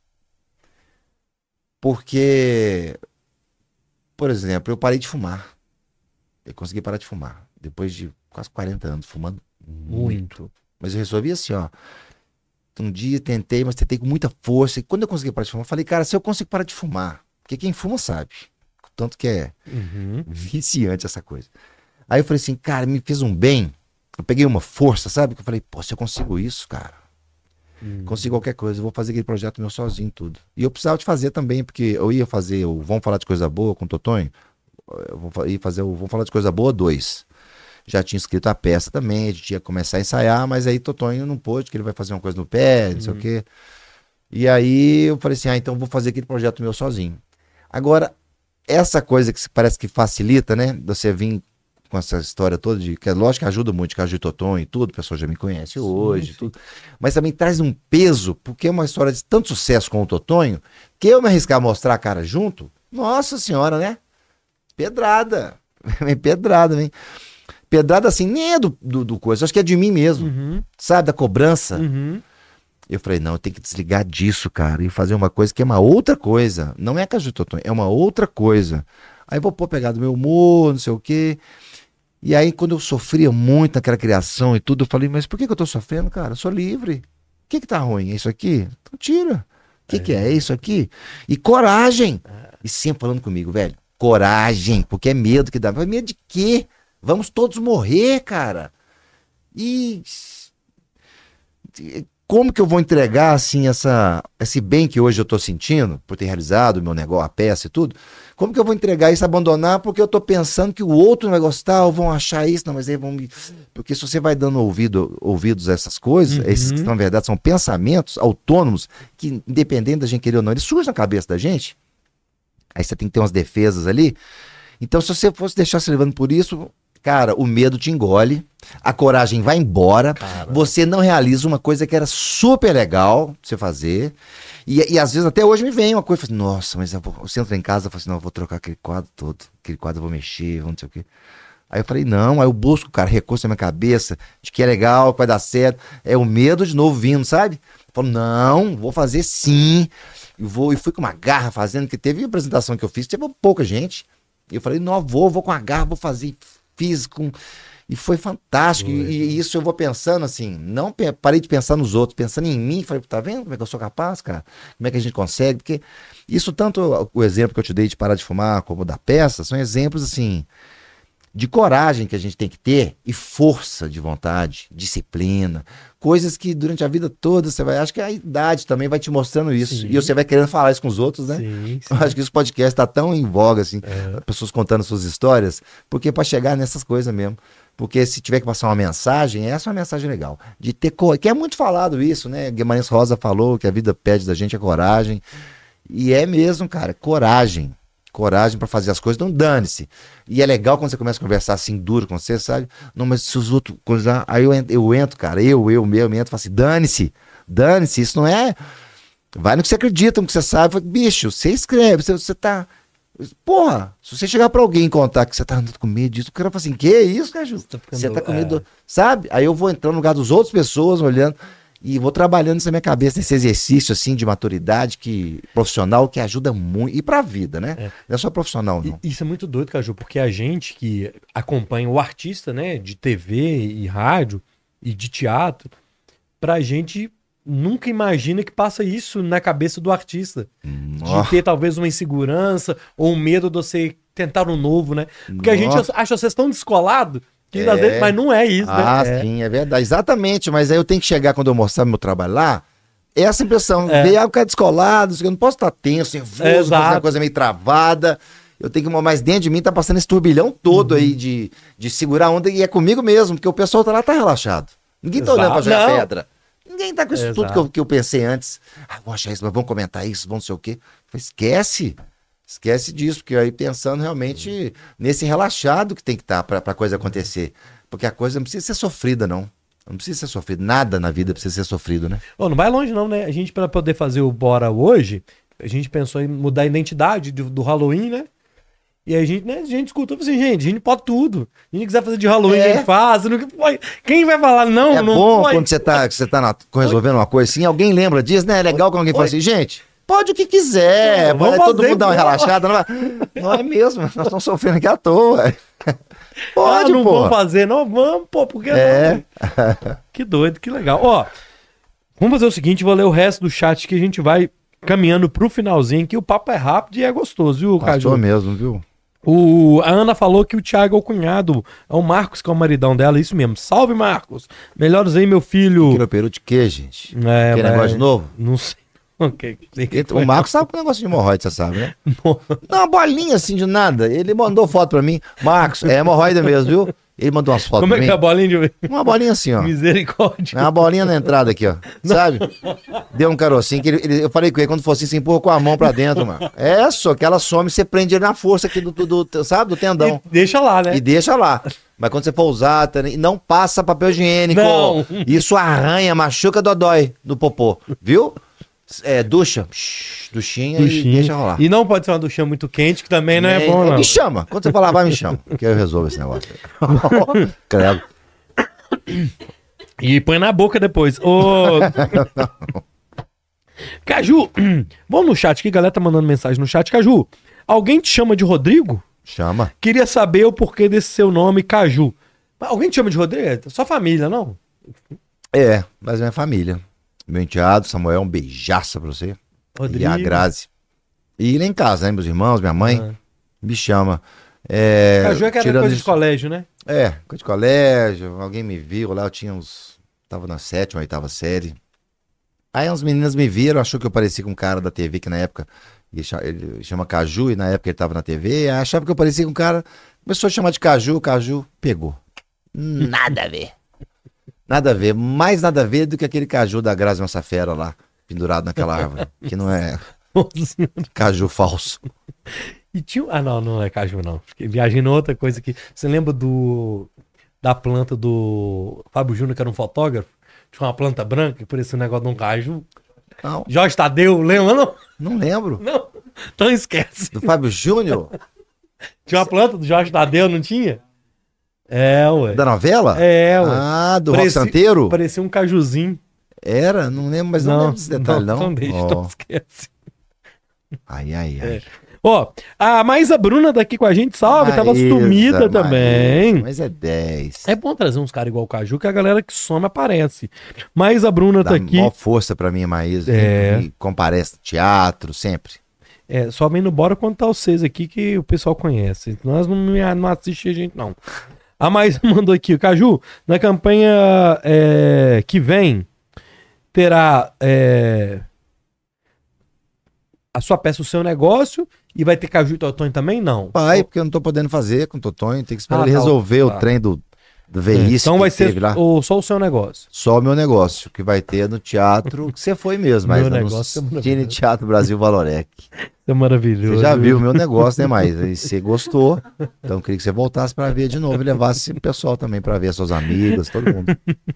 porque, por exemplo, eu parei de fumar. Eu consegui parar de fumar. Depois de quase quarenta anos fumando muito. Muito. Mas eu resolvi assim, ó. Um dia tentei, mas tentei com muita força. E quando eu consegui parar de fumar, eu falei, cara, se eu consigo parar de fumar, porque quem fuma sabe. Tanto que é Uhum. viciante essa coisa. Aí eu falei assim, cara, me fez um bem. Eu peguei uma força, sabe? Que eu falei, pô, se eu consigo isso, cara, Uhum. consigo qualquer coisa, eu vou fazer aquele projeto meu sozinho, tudo. E eu precisava de fazer também, porque eu ia fazer o Vamos Falar de Coisa Boa com o Totonho. Eu vou fa- ia fazer o Vamos Falar de Coisa Boa dois. Já tinha escrito a peça também, a gente ia começar a ensaiar, mas aí Totonho não pôde, porque ele vai fazer uma coisa no pé, não sei o quê. E aí eu falei assim, ah, então eu vou fazer aquele projeto meu sozinho. Agora, essa coisa que se- parece que facilita, né? Você vir com essa história toda, de, que é lógico que ajuda muito, que ajuda o Totonho e tudo, o pessoal já me conhece hoje, sim. tudo. Mas também traz um peso, porque é uma história de tanto sucesso com o Totonho, que eu me arriscar a mostrar a cara junto, nossa senhora, né? Pedrada. Vem pedrada, vem. Pedrada assim, nem é do, do, do coisa, acho que é de mim mesmo, Uhum. sabe? Da cobrança. Uhum. Eu falei, não, eu tenho que desligar disso, cara, e fazer uma coisa que é uma outra coisa. Não é a Casa de Totonho, é uma outra coisa. Aí vou pôr pegar do meu humor, não sei o quê. E aí, quando eu sofria muito naquela criação e tudo, eu falei, mas por que, que eu tô sofrendo, cara? Eu sou livre. O que que tá ruim? É isso aqui? Então tira. O que que é? É isso aqui? E coragem. E sempre falando comigo, velho, coragem, porque é medo que dá. Mas medo de quê? Vamos todos morrer, cara. E como que eu vou entregar, assim, essa, esse bem que hoje eu tô sentindo, por ter realizado o meu negócio, a peça e tudo, como que eu vou entregar isso, abandonar, porque eu tô pensando que o outro não vai gostar, ou vão achar isso, não, mas aí vão me... Porque se você vai dando ouvido, ouvidos a essas coisas, Uhum. esses que na verdade são pensamentos autônomos, que independente da gente querer ou não, eles surgem na cabeça da gente, aí você tem que ter umas defesas ali. Então, se você fosse deixar se levando por isso, cara, o medo te engole, a coragem vai embora, Cara. você não realiza uma coisa que era super legal pra você fazer. E, e às vezes até hoje me vem uma coisa, eu falo assim, nossa, mas eu vou, você entra em casa e fala assim, não, eu vou trocar aquele quadro todo, aquele quadro eu vou mexer, vou não sei o quê. Aí eu falei, não, aí eu busco, cara, recurso na minha cabeça, de que é legal, que vai dar certo. É o medo de novo vindo, sabe? Eu falo, não, vou fazer sim. E vou, e fui com uma garra fazendo, que teve apresentação que eu fiz, teve pouca gente. E eu falei, não, vou, vou com a garra, vou fazer. Fiz com... E foi fantástico. E, e isso eu vou pensando assim, não pe- parei de pensar nos outros, pensando em mim. Falei, tá vendo como é que eu sou capaz, cara? Como é que a gente consegue? Porque isso, tanto o exemplo que eu te dei de parar de fumar, como o da peça, são exemplos assim, de coragem que a gente tem que ter e força de vontade, disciplina, coisas que durante a vida toda você vai, acho que a idade também vai te mostrando isso. Sim. E você vai querendo falar isso com os outros, né? Sim, sim. Eu acho que esse podcast tá tão em voga, assim, É. pessoas contando suas histórias, porque para chegar nessas coisas mesmo. Porque se tiver que passar uma mensagem, essa é uma mensagem legal. De ter coragem, que é muito falado isso, né? Guimarães Rosa falou que a vida pede da gente a coragem. E é mesmo, cara, coragem. Coragem para fazer as coisas, não dane-se. E é legal quando você começa a conversar assim duro com você, sabe? Não, mas se os outros coisas. Aí eu entro, eu entro, cara, eu, eu, meu, eu entro e falo assim: dane-se, dane-se, isso não é. Vai no que você acredita, no que você sabe. Falo, bicho, você escreve, você, você tá. Porra, se você chegar pra alguém e contar que você tá andando com medo disso, o cara fala assim: que isso, cara, Ju? Você tá ficando- Você tá com é. medo, sabe? Aí eu vou entrando no lugar das outras pessoas, olhando. E vou trabalhando isso na minha cabeça, nesse exercício assim de maturidade que, profissional que ajuda muito. E pra vida, né? É. Não é só profissional, E- não. Isso é muito doido, Caju, porque a gente que acompanha o artista, né, de T V e rádio e de teatro, pra gente nunca imagina que passa isso na cabeça do artista. Ó, De ter talvez uma insegurança ou um medo de você tentar um novo, né? Porque a gente Nossa. acha vocês tão descolado que É. às vezes, mas não é isso, ah, né? É. sim, é verdade. Exatamente, mas aí eu tenho que chegar quando eu mostrar meu trabalho lá. É essa impressão, É. ver algo que é descolado, eu não posso estar tenso, nervoso, É, fazer uma exato. coisa meio travada. Eu tenho que, mas dentro de mim tá passando esse turbilhão todo Uhum. aí de, de segurar a onda e é comigo mesmo, porque o pessoal tá lá, tá relaxado. Ninguém tá olhando pra Exato. jogar Não. pedra. Ninguém tá com isso tudo Exato. que eu, que eu pensei antes. Ah, vou achar isso, mas vamos comentar isso, vamos não sei o quê. Eu falei, esquece. Esquece disso, porque aí pensando realmente nesse relaxado que tem que estar pra, pra coisa acontecer. Porque a coisa não precisa ser sofrida, não. Não precisa ser sofrido. Nada na vida precisa ser sofrido, né? Ô, não vai longe não, né? A gente, para poder fazer o Bora hoje, a gente pensou em mudar a identidade do, do Halloween, né? E aí a gente, né, a gente escutou assim, gente, a gente pode tudo. A gente quiser fazer de Halloween, É. a gente faz. Não, quem vai falar não, É não bom pode? quando você tá, que você tá na- resolvendo uma coisa assim, alguém lembra disso, né? É legal quando alguém fala assim, gente, pode o que quiser, Não, vamos vai todo fazer, mundo dar uma pô. relaxada. Não, vai... não é mesmo, nós estamos sofrendo aqui à toa. Pode, ah, não pô. vamos fazer, não vamos, pô, por que É. não? Que doido, que legal. Ó, vamos fazer o seguinte, vou ler o resto do chat que a gente vai caminhando pro finalzinho, que o papo é rápido e é gostoso, viu, Caju? Passou mesmo, viu? O, a Ana falou que o Thiago é o cunhado, é o Marcos que é o maridão dela, isso mesmo. Salve, Marcos! Melhoras aí, meu filho. Quilo peru de quê, gente? É, Quer mas- negócio de novo? Não sei. Ok, sei que O Marcos sabe com o negócio de hemorroida, você sabe, né? Não, uma bolinha assim de nada. Ele mandou foto pra mim. Marcos, é hemorroida mesmo, viu? Ele mandou umas fotos Como é pra que é a mim. bolinha de Uma bolinha assim, ó. misericórdia? É uma bolinha na entrada aqui, ó. Sabe? Deu um carocinho que ele, ele- eu falei com ele, quando for assim, você empurra com a mão pra dentro, mano. É só que ela some, você prende ele na força aqui do, do, do- sabe? Do tendão. E deixa lá, né? E deixa lá. Mas quando você for usar, tá- não passa papel higiênico. Não. Isso arranha, machuca, dodói do popô. Viu? É, ducha. Shhh, duchinha, e Duchinha. deixa rolar. E não pode ser uma duchinha muito quente, que também não é, É, bom, não. Me chama. Quando você for lavar, me chama. Que eu resolvo esse negócio. Credo. E põe na boca depois. Ô... Caju, vamos no chat aqui, a galera tá mandando mensagem no chat. Caju, alguém te chama de Rodrigo? Chama. Queria saber o porquê desse seu nome, Caju. Mas alguém te chama de Rodrigo? É sua família, não? É, mas minha família. Meu enteado, Samuel, um beijaço pra você. Rodrigo. E a Grazi. E lá em casa, né? Meus irmãos, minha mãe, Ah. me chama. É, Caju é que era tirando coisa de isso- colégio, né? É, coisa de colégio, alguém me viu lá, eu tinha uns. Tava na sétima, oitava série. Aí umas meninas me viram, achou que eu parecia com um cara da T V, que na época ele cha- ele chama Caju, e na época ele tava na T V, aí achava que eu parecia com um cara. Começou a chamar de Caju, Caju, pegou. Nada a ver. Nada a ver, mais nada a ver do que aquele Caju da Grazi Massafera lá, pendurado naquela árvore, que não é Caju falso. E tinha. Ah, não, não é Caju, não. Fiquei viajando outra coisa aqui. Você lembra do. Da planta do Fábio Júnior, que era um fotógrafo? Tinha uma planta branca que parecia um negócio de um caju. Não, Jorge Tadeu, lembra? Não, não lembro. não. Então esquece. Do Fábio Júnior? Tinha uma planta do Jorge Tadeu, não tinha? É, ué. Da novela? É, ué. Ah, do Parecia- Rock Santeiro? Parecia um cajuzinho. Era? Não lembro, mas não, lembro desse detalhe, não. Então deixa, Ó. então esquece. Ai, ai, ai. É. Ó, a Maísa Bruna tá aqui com a gente, salve, tava Maísa, sumida Maísa, também. Mas é dez. É bom trazer uns caras igual o Caju, que a galera que some aparece. Maísa Bruna Dá tá aqui. maior força pra mim, a Maísa. É. Que comparece no teatro, sempre. É, só vem no Bora quando tá vocês aqui que o pessoal conhece. Nós não, não assiste a gente, não. A Maísa mandou aqui, Caju, na campanha é, que vem, terá é, a sua peça, o seu negócio, e vai ter Caju e Totonho também? Não. Pai, porque eu não tô podendo fazer com o Totonho, tem que esperar Ah, ele tá, resolver tá. o trem do, do É, veículo. então vai ser o- só o seu negócio. Só o meu negócio, que vai ter no teatro, que você foi mesmo, mas Meu no negócio é Cine maravilhoso. Teatro Brasil Valorec. É maravilhoso. Você já viu o meu negócio, né, Maísa? E você gostou, então eu queria que você voltasse pra ver de novo e levasse o pessoal também pra ver, suas amigas, todo mundo.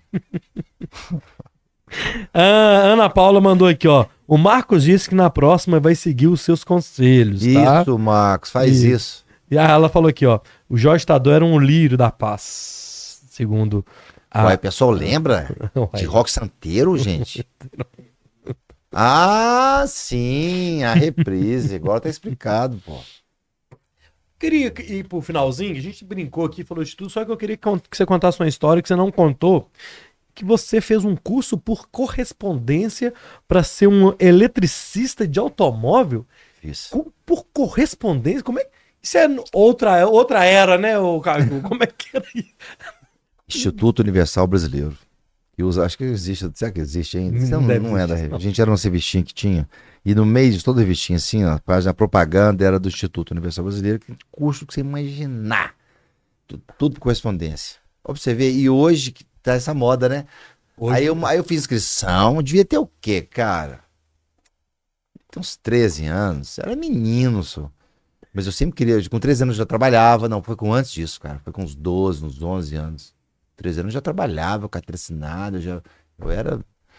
A Ana Paula mandou aqui, ó. O Marcos disse que na próxima vai seguir os seus conselhos, tá? Isso, Marcos, faz Isso. isso. E aí ela falou aqui, ó. O Jorge Tadeu era um lírio da paz, segundo a... Ué, o pessoal lembra de Rock Santeiro, gente? Ah, sim, a reprise. Agora tá explicado, pô. Queria ir pro finalzinho, a gente brincou aqui, falou de tudo, só que eu queria que você contasse uma história que você não contou, que você fez um curso por correspondência para ser um eletricista de automóvel. Isso. Co- Por correspondência? Como é? Isso é outra, outra era, né, o Caju? Como é que era isso? Instituto Universal Brasileiro. Que usa, acho que existe, será que existe ainda? Isso Não não, deve não é da existir, não. A gente era uma revistinha que tinha. E no meio de toda a revistinha, assim, ó, a página propaganda era do Instituto Universal Brasileiro, que curso que você imaginar. Tu- Tudo por correspondência. Ó, pra você ver, e hoje que tá essa moda, né? Hoje- Aí, eu, aí eu fiz inscrição, devia ter o quê, cara? Tem uns treze anos, era menino, só. Mas eu sempre queria, com treze anos eu já trabalhava, não, foi com antes disso, cara, foi com uns doze, uns onze anos. treze anos eu já trabalhava, carteira assinada, eu já, eu era,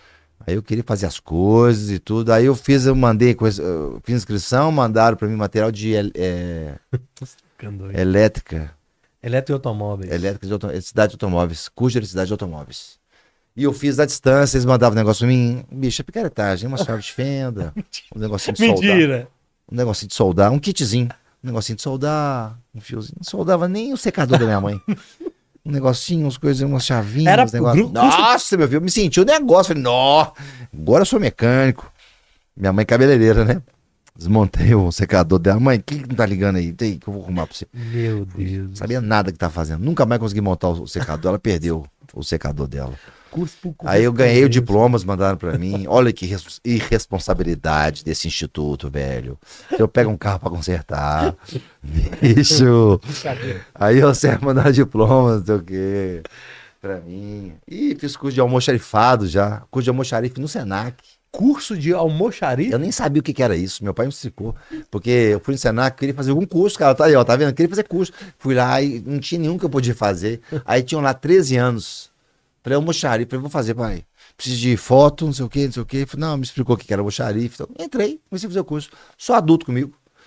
Aí eu queria fazer as coisas e tudo. Aí eu fiz, eu mandei, coisa, eu fiz inscrição, mandaram pra mim material de é, elétrica. Elétrica e automóveis. Elétrica de automóveis, eletricidade de automóveis, curso de eletricidade de automóveis. E eu fiz à distância, eles mandavam um negócio pra mim, bicho, é picaretagem, uma chave de fenda, um negocinho de soldar. Mentira. Um negocinho de soldar, um kitzinho, um negocinho de soldar, um fiozinho. Não soldava nem o secador da minha mãe. Um negocinho, umas coisas, umas chavinhas, Era uns negócios. gru- Nossa, meu filho, eu me senti um negócio. Falei, nó, agora eu sou mecânico. Minha mãe cabeleireira, né? Desmontei o secador dela. Mãe, quem que não tá ligando aí? Tem que eu vou arrumar pra você. Meu Deus. Não sabia nada que tá fazendo. Nunca mais consegui montar o secador. Ela perdeu o secador dela. Curso por curso. Aí eu ganhei o diploma, mandaram pra mim. Olha que res- irresponsabilidade desse instituto, velho. Eu pego um carro pra consertar. Bicho. Aí eu sempre mandaram diploma, não sei o quê. Pra mim. E fiz curso de almoxarifado já. Curso de almoxarife no Senac. Curso de almoxarife? Eu nem sabia o que, que era isso. Meu pai me explicou. Porque eu fui no Senac, queria fazer algum curso, cara. Tá aí, ó, tá vendo? Eu queria fazer curso. Fui lá e não tinha nenhum que eu podia fazer. Aí tinham lá treze anos. Falei, almoxarife. Falei, vou fazer, pai. Preciso de foto, não sei o quê, não sei o quê. Falei, não, me explicou o que que era almoxarife. Então, entrei, comecei a fazer o curso. Só adulto comigo.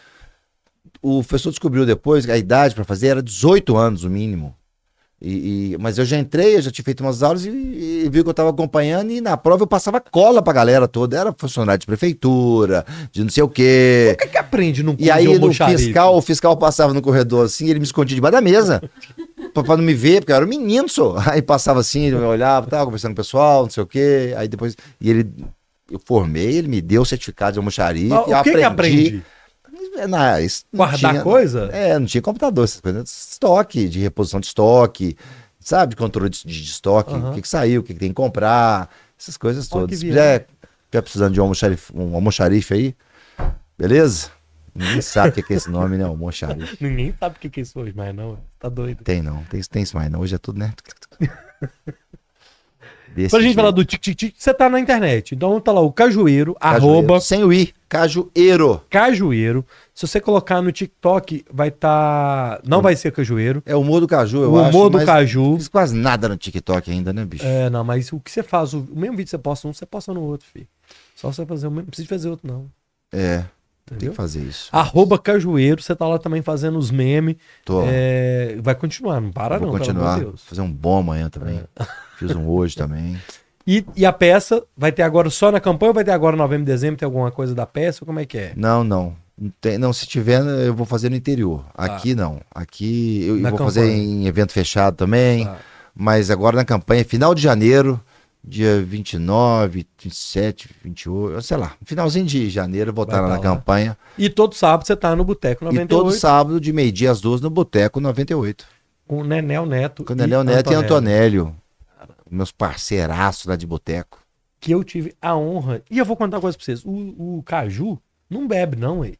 O professor descobriu depois que a idade para fazer era dezoito anos, o mínimo. E, e- mas eu já entrei, eu já tinha feito umas aulas e, e viu que eu estava acompanhando. E na prova eu passava cola pra galera toda. Era funcionário de prefeitura, de não sei o quê. O que que aprende num curso E aí de o almoxarife? fiscal, o fiscal passava no corredor assim, ele me escondia debaixo da mesa. pra, pra não me ver, porque eu era um menino só. Aí passava assim, ele me olhava, tava conversando com o pessoal, não sei o quê. Aí depois, e ele, eu formei, ele me deu o certificado de almoxarife. Ah, o eu que que aprende? É, Não, isso não Guardar tinha- coisa? É, não tinha computador, essas coisas. Estoque, de reposição de estoque, sabe? De controle de, de estoque, Aham. o que, que saiu, o que, que tem que comprar, essas coisas Olha todas. que Se estiver estiver precisando de um almoxarife, um almoxarife aí, beleza? Ninguém sabe o que que é esse nome, né? Almoxarife. Ninguém sabe o que que é isso hoje, mas não. Tá doido. Tem não, tem, tem isso mais não. Hoje é tudo, né? Desse Pra gente jeito. falar do tic-tic-tic, você tá na internet. Então tá lá o Cajueiro, Cajueiro. arroba Sem o i, Cajueiro. Cajueiro. Se você colocar no TikTok, vai tá... Não vai ser Cajueiro. É o humor do Caju, eu O acho. humor do mas Caju. não fiz quase nada no TikTok ainda, né, bicho? É, não, mas o que você faz, o, o mesmo vídeo que você posta um, você posta no outro, filho. Só você fazer o mesmo, não precisa fazer outro, não. É, tem Entendeu? que fazer isso. Arroba Cajueiro, você tá lá também fazendo os memes. Tô. É, vai continuar, não para Vou não, continuar. pelo amor de Deus. Fazer um bom amanhã também. Fiz um hoje também. E, e a peça vai ter agora só na campanha ou vai ter agora novembro, dezembro? Tem alguma coisa da peça? Como é que é? Não, não. Não, tem- não, se tiver, eu vou fazer no interior. Aqui não. Aqui eu, eu Na vou campanha. fazer em evento fechado também. Tá. Mas agora na campanha, final de janeiro, dia vinte e nove, vinte e sete, vinte e oito, sei lá. Finalzinho de janeiro eu vou Vai estar lá tá na lá. campanha. E todo sábado você tá no Boteco E noventa e todo oito sábado, de meio-dia às duas, no Boteco noventa e oito. com o Nenel Neto. Com o Nenel Neto e Antonélio. Meus parceiraços lá de Boteco. Que eu tive a honra. E eu vou contar uma coisa pra vocês. O, o Caju não bebe, não, aí.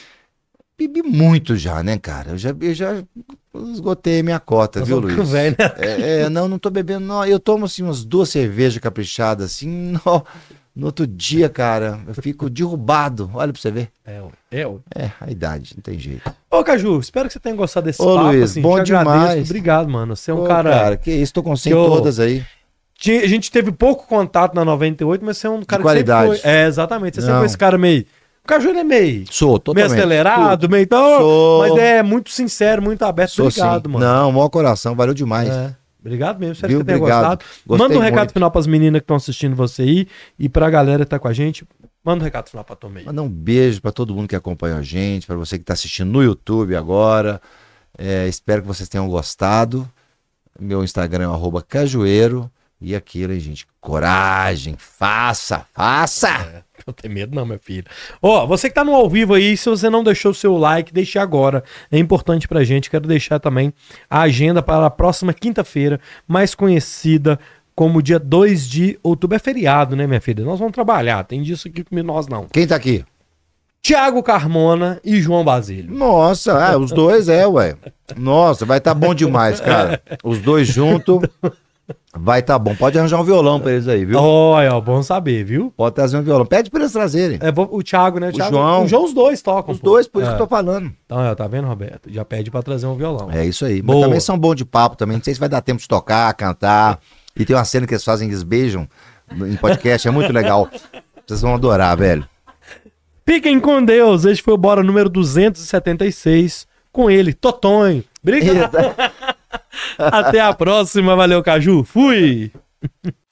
Bebi muito já, né, cara? Eu já, eu já esgotei a minha cota, viu, Luiz? Velho, né? É, é, não, não tô bebendo, não. Eu tomo, assim, umas duas cervejas caprichadas, assim, no, no outro dia, cara, eu fico derrubado. Olha pra você ver. É, ué. é, ué. É, a idade, não tem jeito. Ô, Caju, espero que você tenha gostado desse Ô, papo. Luiz, assim, bom te agradeço. demais. Obrigado, mano. Você é um Pô, cara... que isso, tô com cem que eu- todas aí. Tinha- a gente teve pouco contato na noventa e oito, mas você é um cara que qualidade. sempre foi... É, exatamente. Você sempre Não. foi esse cara meio... O Caju ele é meio... Sou, meio totalmente. acelerado, meio... Então, Sou. mas é muito sincero, muito aberto. Sou, Obrigado, sim. mano. Não, maior coração, valeu demais. É. Obrigado mesmo, espero Viu? que você tenha Obrigado. gostado. Gostei Manda um recado muito. final pras meninas que estão assistindo você aí e pra galera que tá com a gente. Manda um recado final pra Tomei. Mandar um beijo pra todo mundo que acompanha a gente, pra você que tá assistindo no YouTube agora. É, espero que vocês tenham gostado. Meu Instagram é o arroba cajueiro. E aquilo, hein, gente? Coragem, faça, faça! Não tem medo não, meu filho. Ó, você que tá no ao vivo aí, se você não deixou o seu like, deixe agora. É importante pra gente. Quero deixar também a agenda para a próxima quinta-feira, mais conhecida como dia dois de outubro. É feriado, né, minha filha? Nós vamos trabalhar. Tem disso aqui comigo, nós não. Quem tá aqui? Tiago Carmona e João Basílio. Nossa, é, os dois é, ué. Nossa, vai tá bom demais, cara. Os dois juntos, vai tá bom. Pode arranjar um violão pra eles aí, viu? Olha, ó, bom saber, viu? Pode trazer um violão. Pede pra eles trazerem. É bom- o Thiago, né? O, Thiago, João. o João, os dois tocam. Os pô. dois, por isso É. que eu tô falando. Então, ó, tá vendo, Roberto? Já pede pra trazer um violão. É isso aí. Boa. Mas também são bons de papo também. Não sei se vai dar tempo de tocar, cantar. E tem uma cena que eles fazem, eles beijam em podcast, é muito legal. Vocês vão adorar, velho. Fiquem com Deus. Este foi o Bora número duzentos e setenta e seis. Com ele, Totonho. Obrigado. Até a próxima. Valeu, Caju. Fui.